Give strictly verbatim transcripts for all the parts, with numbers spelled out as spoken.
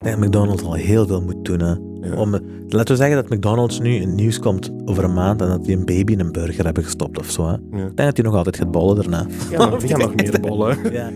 denk dat McDonald's al heel veel moet doen. Hè. Ja. Om, laten we zeggen dat McDonald's nu in het nieuws komt over een maand en dat die een baby in een burger hebben gestopt of zo. Hè. Ja. Ik denk dat die nog altijd gaat bollen daarna. Ja, maar die gaan nog meer bollen. Ja.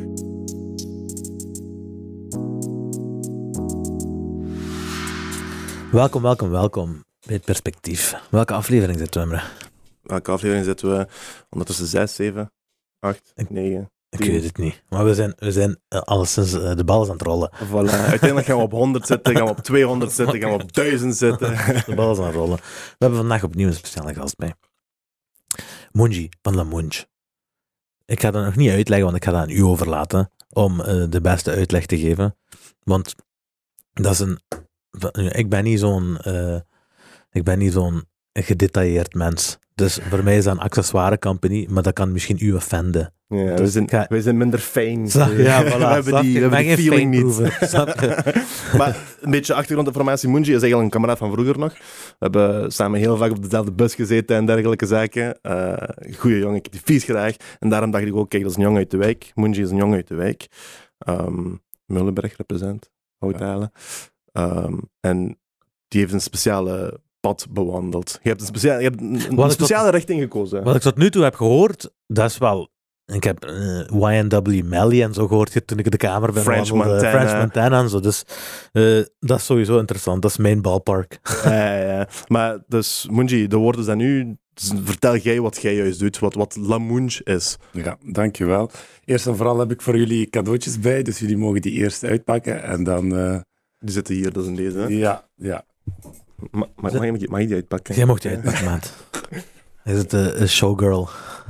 Welkom, welkom, welkom bij Het Perspectief. Welke aflevering zitten we, Emre? Welke aflevering zitten we? Ondertussen zes, zeven, acht, negen, Ik tien. weet het niet. Maar we zijn, we zijn uh, alleszins uh, de bal is aan het rollen. Voilà. Uiteindelijk gaan we op honderd zitten, gaan we op tweehonderd zitten, gaan we op duizend zitten. De bal is aan het rollen. We hebben vandaag opnieuw een speciale gast bij. Munji van La Munch. Ik ga dat nog niet uitleggen, want ik ga dat aan u overlaten om uh, de beste uitleg te geven. Want dat is een... Ik ben niet zo'n... Uh, ik ben niet zo'n gedetailleerd mens. Dus voor mij is dat een accessoire company, maar dat kan misschien u offenden. Ja, Dus we, zijn, ga... we zijn minder fijn. Ja, voilà. we hebben die, we hebben die feeling niet. Maar een beetje achtergrondinformatie. Munji is eigenlijk een kameraad van vroeger nog. We hebben samen heel vaak op dezelfde bus gezeten en dergelijke zaken. Uh, goeie jongen, ik heb die vies graag. En daarom dacht ik ook, kijk, dat is een jongen uit de wijk. Munji is een jongen uit de wijk. Um, Mullenberg represent, Houthalen. Um, en die heeft een speciale pad bewandeld. Je hebt een, specia- je hebt een, een speciale tot, richting gekozen. Wat ik tot nu toe heb gehoord, dat is wel... Ik heb uh, Y N W Melly en zo gehoord toen ik de kamer ben. French wandelde, Montana. French Montana en zo. Dus uh, dat is sowieso interessant. Dat is mijn ballpark. Ja, ja, ja. Maar dus, Munji, de woorden zijn nu... Dus vertel jij wat jij juist doet, wat, wat La Munch is. Ja, dankjewel. Eerst en vooral heb ik voor jullie cadeautjes bij, dus jullie mogen die eerst uitpakken en dan... Uh... Die zitten hier, dus in deze. Hè? Ja, ja. Ma- mag, mag, je, mag je die uitpakken? Jij mocht die uitpakken, maat. Is het een uh, showgirl?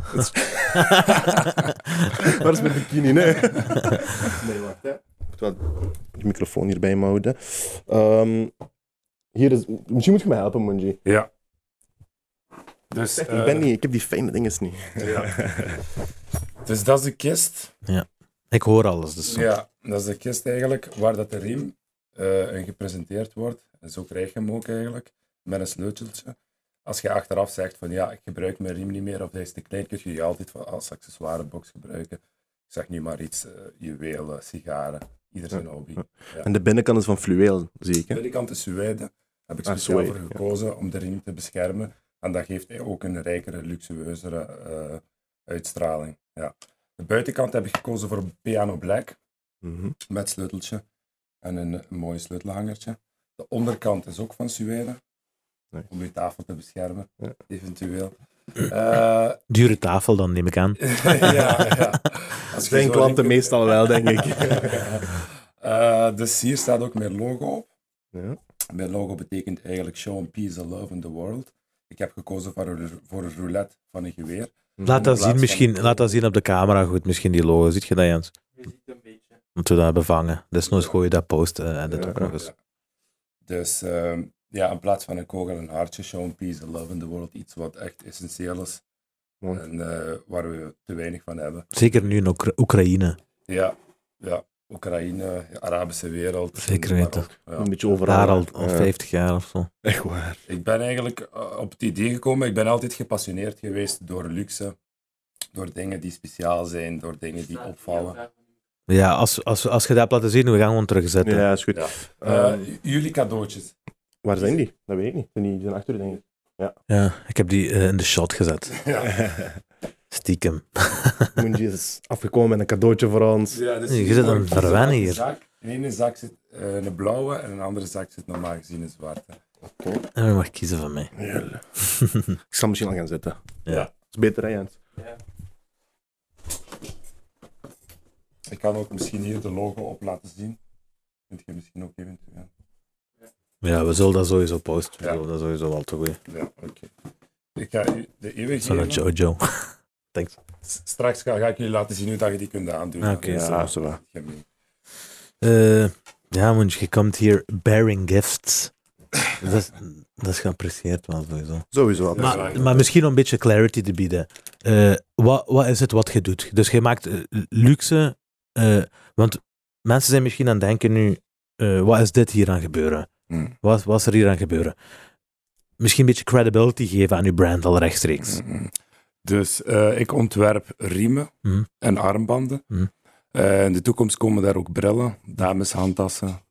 Waar is mijn bikini, nee? Nee, wacht, hè. Ik moet wel de microfoon hierbij me houden. Um, hier is... Misschien moet je me helpen, Munji. Ja. Dus, Zeg, uh... ik ben niet... Ik heb die fijne dingen niet. Ja. Dus dat is de kist. Ja. Ik hoor alles. Dus. Ja, dat is de kist eigenlijk, waar dat de riem uh, in gepresenteerd wordt. En zo krijg je hem ook eigenlijk, met een sleuteltje. Als je achteraf zegt van ja, ik gebruik mijn riem niet meer of hij is te klein, kun je je altijd als accessoirebox gebruiken. Ik zeg nu maar iets, uh, juwelen, sigaren, ieder zijn hobby. Ja. En de binnenkant is van fluweel, zie ik. Hè? De binnenkant is suède, daar heb ik ah, speciaal suède, voor gekozen ja. om de riem te beschermen. En dat geeft ook een rijkere, luxueuzere uh, uitstraling. Ja. De buitenkant heb ik gekozen voor piano black, mm-hmm. met sleuteltje en een, een mooi sleutelhangertje. De onderkant is ook van suède, nee. om je tafel te beschermen, ja. eventueel. Uh, Dure tafel dan, neem ik aan. ja, ja. Zijn klanten denkt, meestal wel, denk ik. uh, dus hier staat ook mijn logo op. Ja. Mijn logo betekent eigenlijk show and peace and love in the world. Ik heb gekozen voor een, voor een roulette van een geweer. Laat dat zien, misschien, laat dat zien op de camera goed, misschien die logo. Ziet je dat, Jens? Je ziet een beetje. Moeten we dat bevangen. Desnoods gooi je dat post uh, en dat ja, ook nog eens. Ja. Dus uh, ja, in plaats van een kogel en een hartje, show and peace and love in the world. Iets wat echt essentieel is. Ja. En uh, waar we te weinig van hebben. Zeker nu in Oekra- Oekraïne. Ja, ja. Oekraïne, Arabische wereld. Zeker weten. Ja. Een beetje overal. Daar al, al vijftig jaar of zo. Echt waar. Ik ben eigenlijk uh, op het idee gekomen, ik ben altijd gepassioneerd geweest door luxe. Door dingen die speciaal zijn, door dingen die opvallen. Ja, als, als, als je dat hebt laten zien, we gaan gewoon terugzetten. Ja, is goed. Ja. Uh, uh, jullie cadeautjes. Waar zijn die? Dat weet ik niet. Die zijn achter, denk ik. Ja, ja ik heb die uh, in de shot gezet. Ja. Stiekem. Munji is afgekomen met een cadeautje voor ons. Ja, dus je zit een verwennen hier. Zak. In ene zak zit uh, een blauwe en in een andere zak zit normaal gezien een zwarte. Okay. En je mag kiezen van mij. Ja. Ik zal misschien al gaan zitten. Ja. Dat is beter, hè, Jens? Ja. Ik kan ook misschien hier de logo op laten zien. Vind je misschien ook eventueel. Ja, we zullen dat sowieso posten. We ja. zullen dat sowieso wel te goed. Ja, oké. Okay. Ik ga u de eeuwige Zo'n Jojo. Thanks. Straks ga, ga ik jullie laten zien hoe dat je die kunt aandoen. Oké, okay, ja, zo wel. Uh, ja, want je komt hier bearing gifts. Dat is, dat is geapprecieerd wel sowieso. Sowieso. Maar, maar misschien om een beetje clarity te bieden. Uh, wat, wat is het wat je doet? Dus je maakt uh, luxe... Uh, want mensen zijn misschien aan het denken nu... Uh, wat is dit hier aan gebeuren? Hmm. Wat, wat is er hier aan gebeuren? Misschien een beetje credibility geven aan je brand al rechtstreeks. Hmm. Dus uh, ik ontwerp riemen hmm. en armbanden. Hmm. Uh, in de toekomst komen daar ook brillen, dameshandtassen,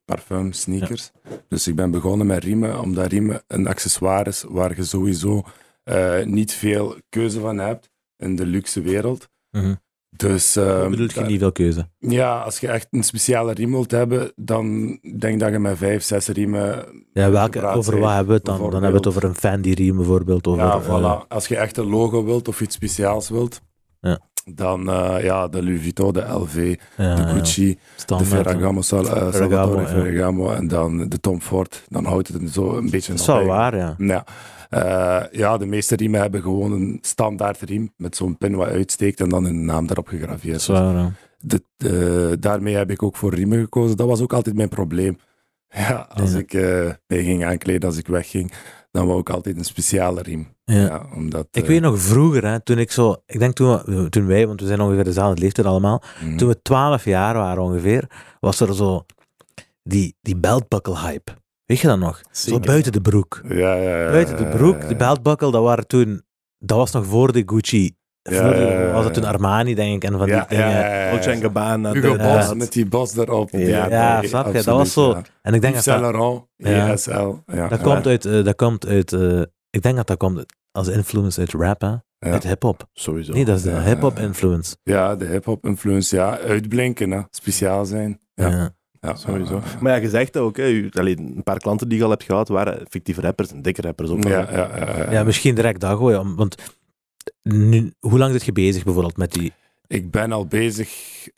parfum, sneakers. Ja. Dus ik ben begonnen met riemen, omdat riemen een accessoire is waar je sowieso uh, niet veel keuze van hebt in de luxe wereld. Mm-hmm. Dus, uh, bedoel je niet veel keuze? Ja, als je echt een speciale riem wilt hebben, dan denk dat je met vijf, zes riemen... Ja, welke, over wat hebben we het dan? Dan hebben we het over een Fendi riem bijvoorbeeld. Over, ja, voilà. Uh, als je echt een logo wilt of iets speciaals wilt, ja. dan uh, ja, de Louis Vuitton, de L V, ja, de Gucci, ja. de Ferragamo, Sal- uh, Salvatore ja. Ferragamo en dan de Tom Ford. Dan houdt het zo een beetje... Dat is wel waar, ja. Ja. Uh, ja, de meeste riemen hebben gewoon een standaard riem met zo'n pin wat uitsteekt en dan een naam daarop gegraveerd. Dat is waar, ja. De, uh, daarmee heb ik ook voor riemen gekozen. Dat was ook altijd mijn probleem. Ja, als ja. ik uh, mij ging aankleden, als ik wegging, dan wou ik altijd een speciale riem. Ja. Ja, omdat, ik uh, weet nog vroeger, hè, toen ik zo, ik denk toen, we, toen wij, want we zijn ongeveer dezelfde leeftijd allemaal, mm. toen we twaalf jaar waren ongeveer, was er zo die, die beltbuckle hype. Weet je dat nog? Zeker. Zo buiten de broek. Ja, ja, ja, buiten de broek, de beltbuckle, dat waren toen, dat was nog voor de Gucci. Ja, Vroeger ja, ja, was het toen Armani, denk ik, en van ja, die dingen. Ja, ja, ja. Dolce en Gabbana. Hugo Boss ja. met die bos erop. Ja, ja, ja snap je? Dat was zo. Ja. En ik denk Yves dat dat... Ja, E S L. Ja, dat, ja. komt uit, uh, dat komt uit... Uh, ik denk dat dat komt als influence uit rap, hè? Ja. Uit hip-hop. Sowieso. Nee, dat is de ja, hip-hop influence. Ja, de hip-hop influence. Ja, uitblinken, hè. Speciaal zijn. Ja. ja. Ja, sowieso. Uh, maar ja, je zegt dat ook, hè. U, allee, een paar klanten die je al hebt gehad, waren fictieve rappers en dikke rappers ook. Ja, ja, ja, ja, ja. ja, misschien direct dat gooien. Want nu, hoe lang zit je bezig bijvoorbeeld met die... Ik ben al bezig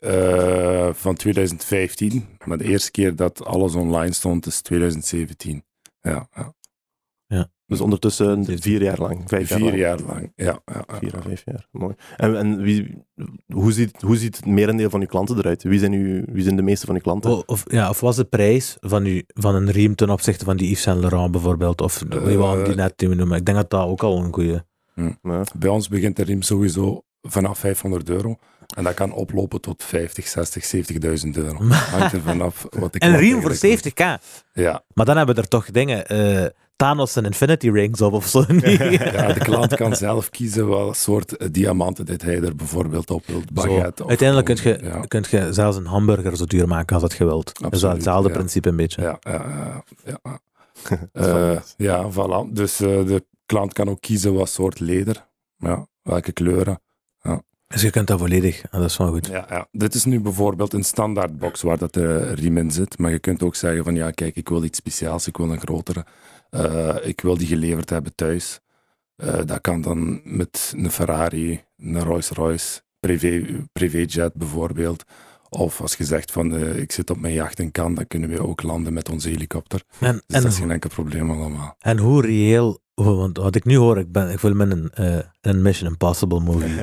uh, van twintig vijftien, maar de eerste keer dat alles online stond is twintig zeventien. Ja, ja. ja. Dus ondertussen vier jaar lang, vijf jaar vier lang. jaar lang, ja. ja, ja. Vier à vijf jaar, mooi. En, en wie, hoe, ziet, hoe ziet het merendeel van uw klanten eruit? Wie zijn, uw, wie zijn de meeste van uw klanten? Of, of, ja, of was de prijs van, u, van een riem ten opzichte van die Yves Saint Laurent bijvoorbeeld? Of uh, wie wou die net noemen? Ik denk dat dat ook al een goede... Hm. Ja. Bij ons begint de riem sowieso vanaf vijfhonderd euro. En dat kan oplopen tot vijftig, zestig, zeventigduizend euro. Hangt er vanaf wat ik... En een riem voor zeventig k? Ja. Maar dan hebben we er toch dingen... Uh, Thanos en Infinity Rings op of zo. Ja, de klant kan zelf kiezen wat soort uh, diamanten dat hij er bijvoorbeeld op wilt. Baguette. Uiteindelijk kun je, ja. kunt je zelfs een hamburger zo duur maken als dat je wilt. Absoluut, dat is wel hetzelfde ja. principe een beetje. Ja, ja, ja. ja. uh, ja voilà. Dus uh, de klant kan ook kiezen wat soort leder. Ja, welke kleuren. Ja. Dus je kunt dat volledig, dat is wel goed. Ja, ja. Dit is nu bijvoorbeeld een standaard box waar dat de riem in zit. Maar je kunt ook zeggen van ja, kijk, ik wil iets speciaals, ik wil een grotere. Uh, ik wil die geleverd hebben thuis. Uh, dat kan dan met een Ferrari, een Rolls-Royce, privé, privéjet bijvoorbeeld. Of als je zegt van uh, ik zit op mijn jacht en kan, dan kunnen we ook landen met onze helikopter. En, dus en, dat is geen enkel probleem allemaal. En hoe reëel, want wat ik nu hoor, ik, ben, ik voel me in een, uh, een Mission Impossible movie.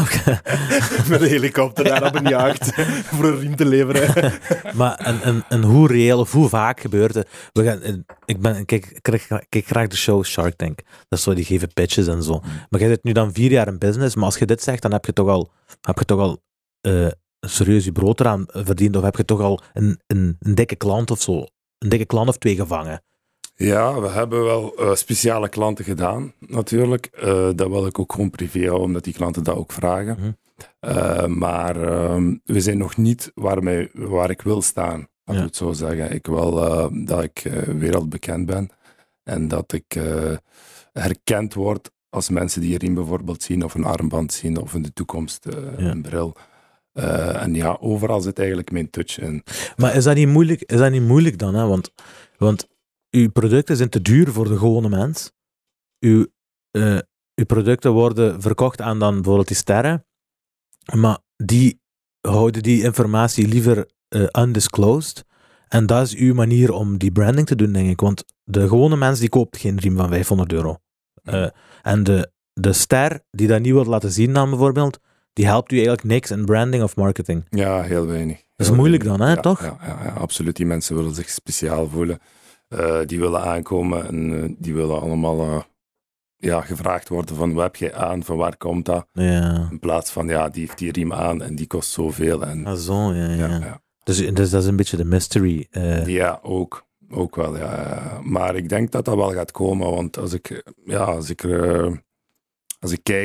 Met een helikopter daar op een jacht voor een riem te leveren. Maar en, en, en hoe reëel of hoe vaak gebeurt het? We gaan, ik ben, kijk, kijk, kijk graag de show Shark Tank. Dat is zo, die geven pitches en zo. Maar jij zit nu dan vier jaar in business, maar als je dit zegt, dan heb je toch al, heb je toch al uh, serieus je brood eraan verdiend, of heb je toch al een, een, een dikke klant of zo, een dikke klant of twee gevangen? Ja, we hebben wel uh, speciale klanten gedaan, natuurlijk. Uh, dat wil ik ook gewoon privé houden, omdat die klanten dat ook vragen. Mm-hmm. Uh, maar uh, we zijn nog niet waar, mij, waar ik wil staan, laat ik ja. het zo zeggen. Ik wil uh, dat ik uh, wereldbekend ben en dat ik uh, herkend word als mensen die een riem bijvoorbeeld zien, of een armband zien, of in de toekomst uh, ja. een bril. Uh, en ja, overal zit eigenlijk mijn touch in. Maar is dat niet moeilijk, is dat niet moeilijk dan? Hè? Want, want uw producten zijn te duur voor de gewone mens. Uw, uh, uw producten worden verkocht aan dan bijvoorbeeld die sterren, maar die houden die informatie liever uh, undisclosed. En dat is uw manier om die branding te doen, denk ik. Want de gewone mens die koopt geen riem van vijfhonderd euro. Uh, en de, de ster die dat niet wil laten zien dan bijvoorbeeld, die helpt u eigenlijk niks in branding of marketing. Ja, heel weinig. Heel dat is moeilijk weinig. dan, hè, ja, toch? Ja, ja, ja, absoluut. Die mensen willen zich speciaal voelen. Uh, die willen aankomen en uh, die willen allemaal uh, ja, gevraagd worden van wat heb jij aan, van waar komt dat? Ja. In plaats van, ja, die heeft die riem aan en die kost zoveel. En, ah, zo, ja, ja. ja, ja. Dus, dus dat is een beetje de mystery. Uh... Ja, ook. Ook wel, ja. Maar ik denk dat dat wel gaat komen, want als ik, ja, als ik, uh, als ik kijk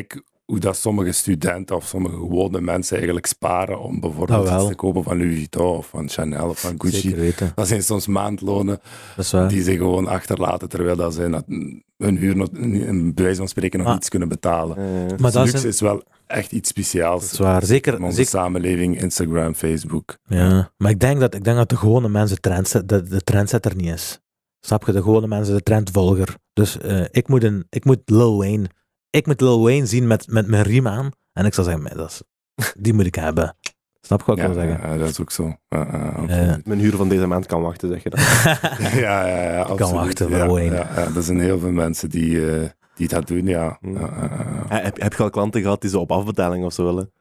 hoe dat sommige studenten of sommige gewone mensen eigenlijk sparen om bijvoorbeeld Ah, iets te kopen van Louis Vuitton of van Chanel of van Gucci. Zeker weten. Dat zijn soms maandlonen Dat is waar. die ze gewoon achterlaten, terwijl dat ze dat hun huur nog, bij wijze van spreken nog Ah. niets kunnen betalen. Uh, Dus Maar dat luxe is, een- is wel echt iets speciaals dat is waar. Zeker, in onze zeker. samenleving, Instagram, Facebook. Ja, maar ik denk dat, ik denk dat de gewone mensen trendset, de, de trendsetter niet is. Snap je? De gewone mensen, de trendvolger. Dus uh, ik, moet een, ik moet Lil Wayne, ik moet Lil Wayne zien met, met mijn riem aan en ik zal zeggen, man, dat is, die moet ik hebben. Snap je wat ik Ja, wil zeggen? ja, dat is ook zo. Ja, ja, absoluut. Ja. mijn huur van deze maand kan wachten, zeg je dat. ja, ja, ja, absoluut. wachten voor ja, Wayne. ja, ja, er zijn heel veel mensen die, uh, die dat doen, ja. Hmm. ja, ja, ja. Uh, heb, heb je al klanten gehad die ze op afbetaling of zo willen?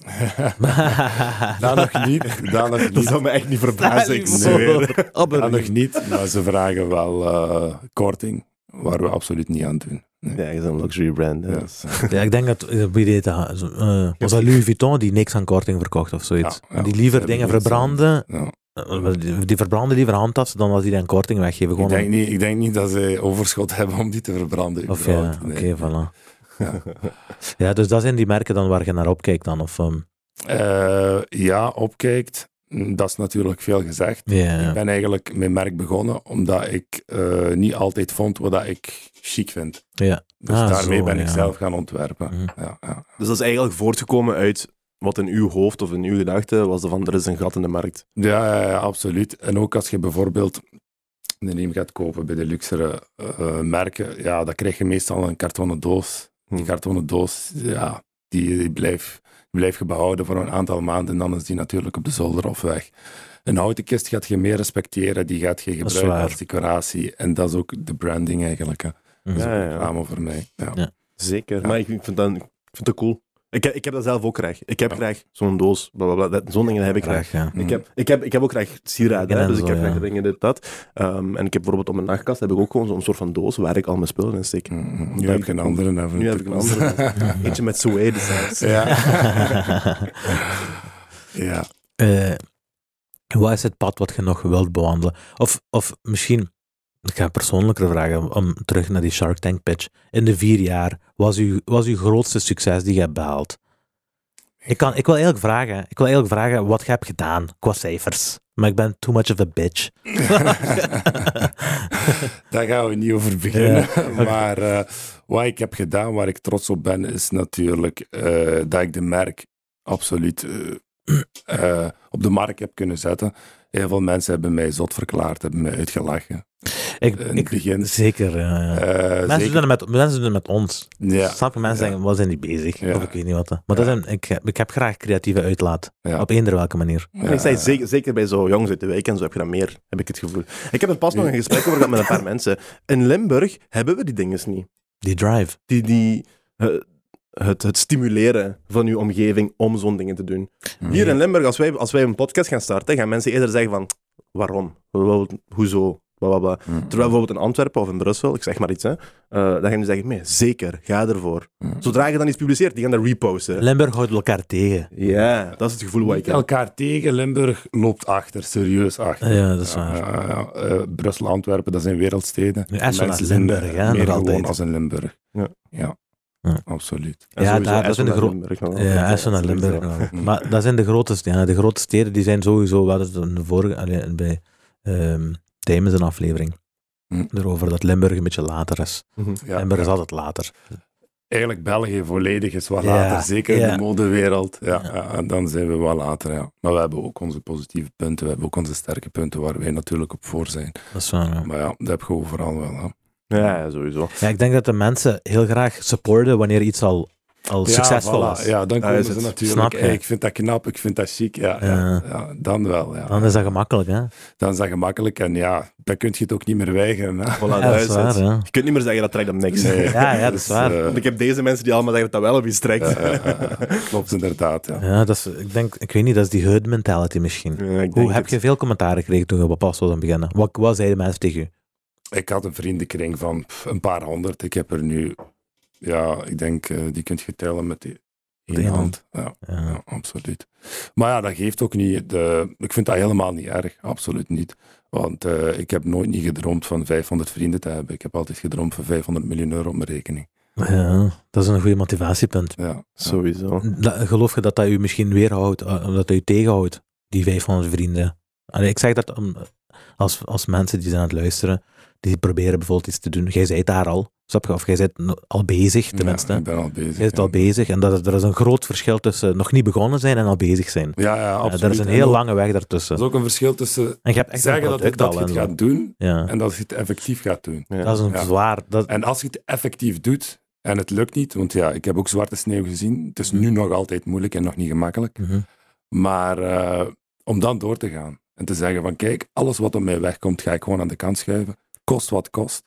dat nog niet. Dat nog Dat niet. zou me echt niet verbazen, ik Nee. zweer. Op een Dat nog riem. niet, maar ze vragen wel uh, korting, waar we absoluut niet aan doen. Nee. Ja, je bent een luxury brand. hè. Ja. Dat is- Ja, ik denk dat, uh, wie deed dat? Uh, was dat Louis Vuitton die niks aan korting verkocht of zoiets? Ja, ja. Die liever Ze dingen hebben niks verbranden, Ja. uh, die, die verbranden liever handtassen dan dat die dan korting weggeven. Ik, Gewoon denk om- niet, ik denk niet dat ze overschot hebben om die te verbranden. Of ja, überhaupt. oké, Nee. voilà. Ja. Ja, dus dat zijn die merken dan waar je naar opkijkt dan? Of, um, Uh, ja, opkijkt. Dat is natuurlijk veel gezegd. ja, Ik ben eigenlijk mijn merk begonnen omdat ik uh, niet altijd vond wat dat ik chic vind. ja. Dus Ah, daarmee zo, ben ik ja. zelf gaan ontwerpen. Mhm. Ja, ja. Dus dat is eigenlijk voortgekomen uit wat in uw hoofd of in uw gedachten was er van, er is een gat in de markt. Ja, ja, ja, absoluut. En ook als je bijvoorbeeld een riem gaat kopen bij de luxere uh, merken, ja, dan krijg je meestal een kartonnen doos. Die Hm. kartonnen doos, ja, die, die blijft blijf je behouden voor een aantal maanden en dan is die natuurlijk op de zolder of weg. Een houten kist gaat je meer respecteren, die gaat je Dat is gebruiken waar. als decoratie en dat is ook de branding eigenlijk. Hè. Dat is Mhm. ook Ja, ja, ja. reclame voor mij. Ja. Ja. Zeker. Ja. Maar ik, ik, vind dat, ik vind dat cool. Ik, heb- ik heb dat zelf ook graag. Ik heb Ja. graag zo'n doos, bla, bla, bla. Dat- zo'n dingen heb ik graag. Graag, ja. Ik heb, ik, heb, ik heb ook graag sieraden, En hè, dus zo, ik heb ja. graag de dingen, dit, dat. Um, en ik heb bijvoorbeeld op mijn nachtkast heb ik ook gewoon zo'n soort van doos waar ik al mijn spullen in steek. Mm, Nu heb ik een andere. Hè, Nu heb ik een andere. Eentje met suede zelfs. Ja. ja. Eh, wat is het pad wat je nog wilt bewandelen? Of, of misschien, ik ga persoonlijker vragen, om terug naar die Shark Tank pitch. In de vier jaar, was uw, was uw grootste succes die je hebt behaald? Ik, kan, ik wil eigenlijk vragen, ik wil eigenlijk vragen wat je hebt gedaan qua cijfers. Maar ik ben too much of a bitch. Daar gaan we niet over beginnen. Maar uh, wat ik heb gedaan, waar ik trots op ben, is natuurlijk uh, dat ik de merk absoluut uh, uh, op de markt heb kunnen zetten. Heel veel mensen hebben mij zot verklaard, hebben mij uitgelachen. Ik, In het ik, begin. zeker. Uh, Uh, mensen, zeker. doen het met, mensen doen het met ons. Ja. Snap je? Mensen Ja. denken, wat zijn die bezig? Ja. Of ik weet niet wat. Maar dat Ja. zijn, ik, ik heb graag creatieve uitlaat. Ja. Op eender welke manier. En ik zei, zeker, zeker bij zo jongens uit de wijk en zo heb je dat meer, heb ik het gevoel. Ik heb er pas nog een gesprek over gehad met een paar mensen. In Limburg hebben we die dingen niet. Die drive. Die, die, uh, het, het stimuleren van je omgeving om zo'n dingen te doen. Mm. Hier in Limburg, als wij, als wij een podcast gaan starten, gaan mensen eerder zeggen van, waarom? Hoezo? Blablabla. Mm. Terwijl bijvoorbeeld in Antwerpen of in Brussel, ik zeg maar iets, hè, uh, dan gaan die zeggen, nee, zeker, ga ervoor. Mm. Zodra je dan iets publiceert, die gaan dat reposten. Limburg houdt elkaar tegen. Ja, dat is het gevoel wat ik heb. Elkaar tegen, Limburg loopt achter, serieus achter. Ja, dat is waar. Ja, ja, ja. Uh, Brussel, Antwerpen, dat zijn wereldsteden. Ja, en zo Mensen naar Limburg, zijn, hè, uh, meer nog gewoon altijd. als in Limburg. Ja. Ja, Ja. absoluut. En Ja, sowieso daar- dat Essen zijn de naar gro- Limburg nog. Ja, Essen naar Limburg. sowieso. wel. Maar dat zijn de grote steden. Ja, de grote steden die zijn sowieso, wel eens in de vorige, allee, bij um, Tijmen een aflevering. Hm. Erover dat Limburg een beetje later is. Mhm. Ja, Limburg is ja. altijd later. Eigenlijk België volledig is wat Ja, later, zeker in ja. de modewereld. Ja, Ja. ja, en dan zijn we wat later, ja. Maar we hebben ook onze positieve punten, we hebben ook onze sterke punten waar wij natuurlijk op voor zijn. Dat is waar, ja. Maar ja, dat heb je overal wel. Hè. Ja, ja, sowieso. Ja, ik denk dat de mensen heel graag supporten wanneer iets al, al succesvol ja, is. voilà. Ja, dan Daar komen is ze het. natuurlijk. Snap je? Hey, ik vind dat knap, ik vind dat chic. Ja, ja. Ja. ja, dan wel. Ja. Dan is dat gemakkelijk, hè? Dan is dat gemakkelijk en ja, dan kun je het ook niet meer weigeren. Hè. Voilà, Ja, daar dat is is waar, het. ja. Je kunt niet meer zeggen dat trekt op niks. Nee. Ja, ja, dat is Dus, waar. eh, Want ik heb deze mensen die allemaal zeggen dat dat wel op iets trekt. eh, eh, eh, klopt inderdaad, ja. Ja, dat is, ik denk, ik weet niet, dat is die herd mentality misschien. Ja, ik Hoe denk heb het. je veel commentaren gekregen toen je op pas was aan het beginnen? Wat, wat zeiden mensen tegen je? Ik had een vriendenkring van pff, een paar honderd. Ik heb er nu, ja, ik denk, uh, die kunt je tellen met die één één hand. Ja, Ja. ja, absoluut. Maar ja, dat geeft ook niet, de, ik vind dat helemaal niet erg, absoluut niet. Want uh, ik heb nooit niet gedroomd van vijfhonderd vrienden te hebben. Ik heb altijd gedroomd van vijfhonderd miljoen euro op mijn rekening. Ja, dat is een goede motivatiepunt. Ja, Sowieso. Dat, geloof je dat dat u misschien weerhoudt, uh, dat dat u tegenhoudt, die vijfhonderd vrienden? Allee, ik zeg dat um, als, als mensen die zijn aan het luisteren, die proberen bijvoorbeeld iets te doen. Jij bent daar al, snap je? Of jij bent al bezig, tenminste. Ja, ik ben al bezig. Jij bent ja. al bezig en dat, er is een groot verschil tussen nog niet begonnen zijn en al bezig zijn. Ja, ja, absoluut. Uh, er is een En heel ook, lange weg daartussen. Er is ook een verschil tussen En je hebt echt zeggen een dat, je- product dat je al het en zo. gaat doen Ja. en dat je het effectief gaat doen. Ja. Dat is een Ja. zwaar... Dat, En als je het effectief doet en het lukt niet, want ja, ik heb ook zwarte sneeuw gezien. Het is nu nog altijd moeilijk en nog niet gemakkelijk. Mhm. Maar uh, om dan door te gaan en te zeggen van kijk, alles wat op mij wegkomt, ga ik gewoon aan de kant schuiven. Kost wat kost.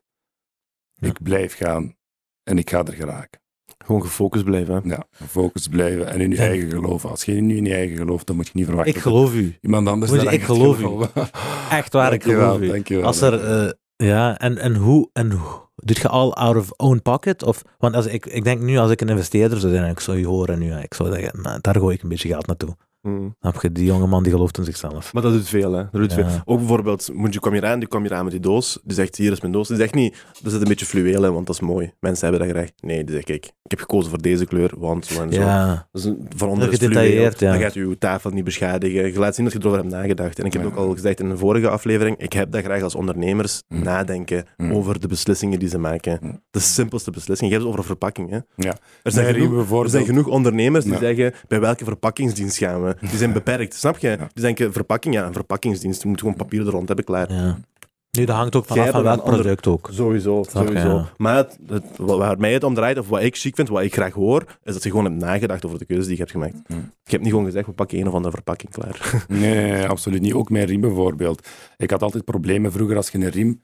Ja. Ik blijf gaan en ik ga er geraken. Gewoon gefocust blijven. Hè? Ja, gefocust blijven en in je Ja. eigen geloven. Als je nu in je eigen gelooft, dan moet je niet verwachten Ik dat geloof u. iemand anders Moet je- dat ik gaat geloof u. geloven. Echt waar, ik Dankjewel, geloof u. dankjewel, Als er... dankjewel. Uh, ja, en, en hoe... En hoe doet je al out of own pocket? Of, want als ik, ik denk nu, als ik een investeerder zou zijn, en ik zou je horen nu, ik zou zeggen, nou, daar gooi ik een beetje geld naartoe. Hmm. Snap je? Die jongeman die gelooft in zichzelf. Maar dat doet veel, hè. Dat doet Ja. veel. Ook bijvoorbeeld, Moenji kwam hier aan, die kwam hier aan met die doos. Die zegt, hier is mijn doos. Die zegt niet, er zit een beetje fluweel in, want dat is mooi. Mensen hebben dat graag. Nee, die zegt, kijk, ik heb gekozen voor deze kleur, want zo en zo. Ja, Dat is een, van onder is gedetailleerd, fluweel. ja. Dan gaat je tafel niet beschadigen. Je laat zien dat je erover hebt nagedacht. En ik heb Ja. ook al gezegd in een vorige aflevering, ik heb dat graag als ondernemers Mm. nadenken Mm. over de beslissingen die ze maken. Mm. De simpelste beslissing. Je hebt het over verpakking, hè. Ja. Er zijn, Nee, genoeg, bijvoorbeeld- er zijn genoeg ondernemers die Ja. zeggen, bij welke verpakkingsdienst gaan we? Die zijn beperkt, snap je? Ja. Die denken, verpakking, ja, een verpakkingsdienst. Je moet gewoon papier er rond hebben, klaar. ja. Nu, dat hangt ook Jij vanaf van hebt welk een ander- product ook. Sowieso, Snap je, sowieso. ja. Maar het, het, wat- waar mij het om draait, of wat ik chic vind, wat ik graag hoor, is dat je gewoon hebt nagedacht over de keuze die je hebt gemaakt. Mm. Ik heb niet gewoon gezegd, we pakken een of andere verpakking klaar. Nee, nee, nee, absoluut niet. Ook mijn riem bijvoorbeeld. Ik had altijd problemen vroeger als je een riem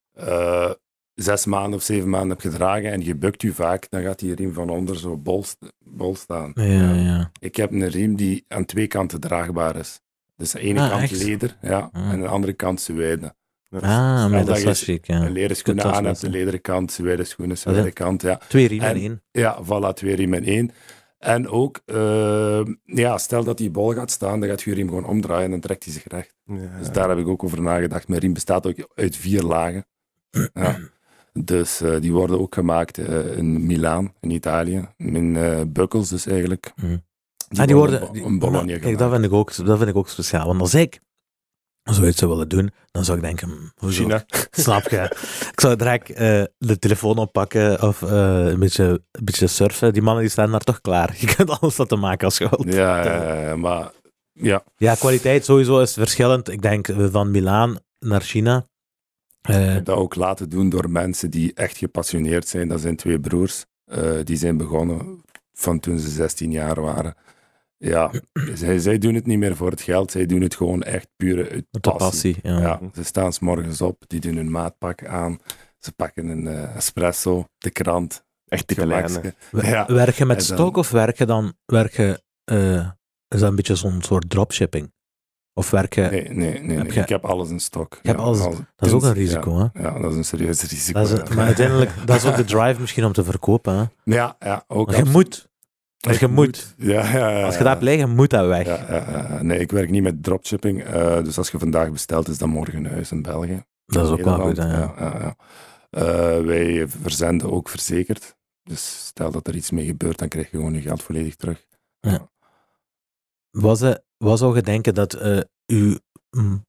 uh, zes maanden of zeven maanden hebt gedragen en je bukt je vaak, dan gaat die riem van onder zo bol, bol staan. Ja, ja. Ik heb een riem die aan twee kanten draagbaar is. Dus de ene Ah, kant echt? leder ja, Ah. en de andere kant zwijde. Ah, maar dat dat is je wel chic, ja. Een leren schoenen Kunt aan dat hebt, de wel lederen kant, zwijde schoenen, Dat is zwijde kant. Ja. Twee riemen in En- één. Ja, voilà, twee riemen in één. En ook, uh, ja, stel dat die bol gaat staan, dan gaat je riem gewoon omdraaien en dan trekt hij zich recht. Ja. Dus daar heb ik ook over nagedacht. Mijn riem bestaat ook uit vier lagen. Ja. Dus uh, die worden ook gemaakt uh, in Milaan, in Italië. In uh, bukkels dus eigenlijk. Mhm. Die, Ah, die worden... worden die- in Bologna maar, gemaakt. kijk, dat vind, ik ook, dat vind ik ook speciaal. Want als ik zoiets zou willen doen, dan zou ik denken, hm, hoezo? China. Snap je? Ik zou direct uh, de telefoon oppakken of uh, een, beetje, een beetje surfen. Die mannen die staan daar toch klaar. Je kunt alles laten maken als je wilt. Ja, ja, ja, maar ja. Ja, kwaliteit sowieso is verschillend. Ik denk uh, van Milaan naar China. Ik Uh, heb dat ook laten doen door mensen die echt gepassioneerd zijn. Dat zijn twee broers. Uh, die zijn begonnen van toen ze zestien jaar waren. Ja, zij, zij doen het niet meer voor het geld. Zij doen het gewoon echt puur uit de passie. passie. Ja. Ja, ze staan 's morgens op, die doen hun maatpak aan. Ze pakken een uh, espresso, de krant, Echt het Italianen. gemakske. Wer- Ja. Werk je met En dan- stok of werk je dan... Werk je, uh, is dat een beetje zo'n soort dropshipping? Of werk je... Nee, nee, nee. nee. Heb je- Ik heb alles in stok. Je hebt alles- dat is ook een risico, ja. hè? Ja, dat is een serieus risico. Dat is, ja. maar uiteindelijk, dat is ook de drive misschien om te verkopen. Hè? Ja, ja, ook. Maar je absoluut. moet. Maar Ik je moet. Ja, ja, ja, Als je dat hebt liggen, moet dat weg. Ja, ja, ja. Nee, ik werk niet met dropshipping. Uh, dus als je vandaag bestelt, is dat morgen in huis in België. Dat is ook wel Nederland. goed. Hè, ja. Ja, ja, ja. Uh, wij verzenden ook verzekerd. Dus stel dat er iets mee gebeurt, dan krijg je gewoon je geld volledig terug. Ja. Wat, zou- wat zou je denken dat uh, uw, mm,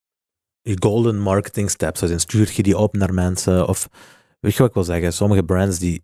uw golden marketing steps zijn? Stuur je die op naar mensen? Of weet je wat ik wil zeggen? Sommige brands die,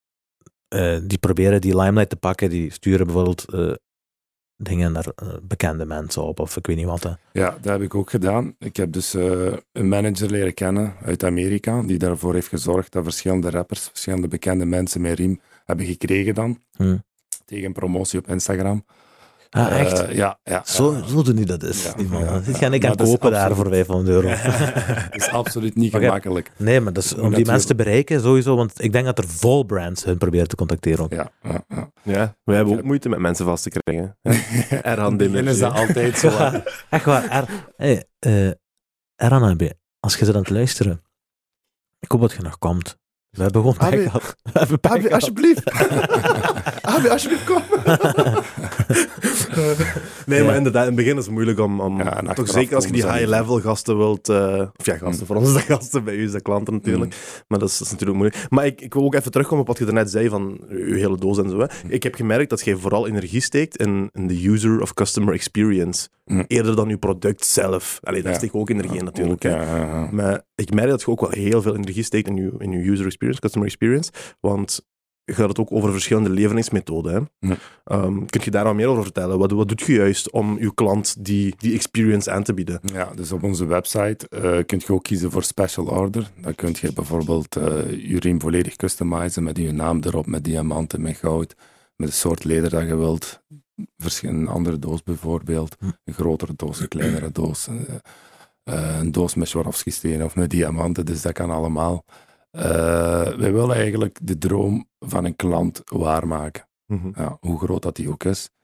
uh, die proberen die limelight te pakken, die sturen bijvoorbeeld uh, dingen naar uh, bekende mensen op, of ik weet niet wat. Hè. Ja, dat heb ik ook gedaan. Ik heb dus uh, een manager leren kennen uit Amerika, die daarvoor heeft gezorgd dat verschillende rappers, verschillende bekende mensen mijn riem hebben gekregen dan. Hmm. Tegen promotie op Instagram. Ah, echt? Uh, ja, ja. Zo, ja. zo doen die dat is. Ja, Die man. ja, Dit ja. ga ik Maar aan dat is kopen daar absoluut- voor vijfhonderd euro. Dat is absoluut niet Maar je- gemakkelijk. Nee, maar dat is om die Natuurlijk. mensen te bereiken sowieso, want ik denk dat er vol brands hun proberen te contacteren ook. Ja, ja, ja. Ja, we hebben ook moeite met mensen vast te krijgen. Erhan Beginnen Dimmer. ze altijd zo aan. Echt waar. Er, hey, uh, Erhan, Abi, als je zit aan het luisteren, ik hoop dat je nog komt. We hebben gewoon pech Abi. gehad. We hebben pech Abi, gehad. alsjeblieft. Abi, alsjeblieft, kom. nee, Ja. maar inderdaad, in het begin is het moeilijk om... om Ja, en toch achteraf zeker als je die komen ze high-level gasten wilt... Uh, of ja, gasten, voor ons is dat gasten, bij u is dat klanten natuurlijk. Mm. Maar dat is, dat is natuurlijk moeilijk. Maar ik, ik wil ook even terugkomen op wat je daarnet zei van uw hele doos en zo. Hè. Ik heb gemerkt dat je vooral energie steekt in, in de user of customer experience. Mm. Eerder dan je product zelf. Allee, daar ja. steek ik ook energie in natuurlijk. Ja, hè. ja, ja. Maar ik merk dat je ook wel heel veel energie steekt in je, in je user experience, customer experience. Want... gaat het ook over verschillende leveringsmethoden. Hè? Ja. Um, kun je daar al meer over vertellen? Wat, wat doet je juist om je klant die, die experience aan te bieden? Ja, dus op onze website uh, kun je ook kiezen voor special order. Dan kun je bijvoorbeeld uh, je riem volledig customizen met je naam erop, met diamanten, met goud, met de soort leder dat je wilt. Een andere doos bijvoorbeeld. Een grotere doos, een kleinere doos. Uh, uh, een doos met Swarovski-stenen of met diamanten, dus dat kan allemaal. Uh, wij willen eigenlijk de droom van een klant waarmaken. Mm-hmm. Ja, hoe groot dat die ook is.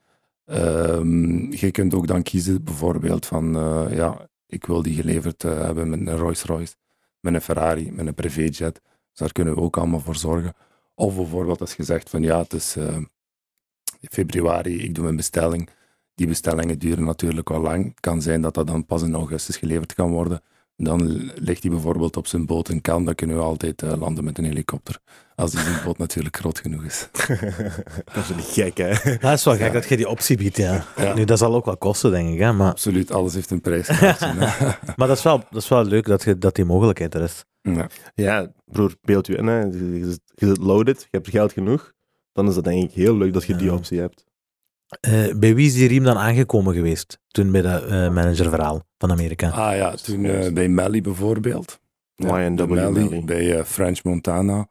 Um, je kunt ook dan kiezen bijvoorbeeld van, uh, ja, ik wil die geleverd uh, hebben met een Rolls-Royce, met een Ferrari, met een privéjet. Dus daar kunnen we ook allemaal voor zorgen. Of bijvoorbeeld als je zegt van, ja, het is uh, februari, ik doe een bestelling. Die bestellingen duren natuurlijk wel lang. Het kan zijn dat dat dan pas in augustus geleverd kan worden. Dan ligt hij bijvoorbeeld op zijn boot en kan, dan kunnen we altijd uh, landen met een helikopter. Als die boot natuurlijk groot genoeg is. Dat is wel gek, hè? Dat is wel gek ja. dat je die optie biedt, ja. ja. Nu, dat zal ook wel kosten, denk ik. Hè? Maar... Absoluut, alles heeft een prijs. Maar dat is, wel, dat is wel leuk dat, je, dat die mogelijkheid er is. Ja, ja broer, beeld je in. Hè? Je, zit, je zit loaded, je hebt geld genoeg. Dan is dat denk ik heel leuk dat je ja. die optie hebt. Uh, bij wie is die riem dan aangekomen geweest? Toen bij dat uh, managerverhaal van Amerika. Ah ja, toen uh, bij Melly bijvoorbeeld. Ja, Y N W Melly. Bij uh, French Montana.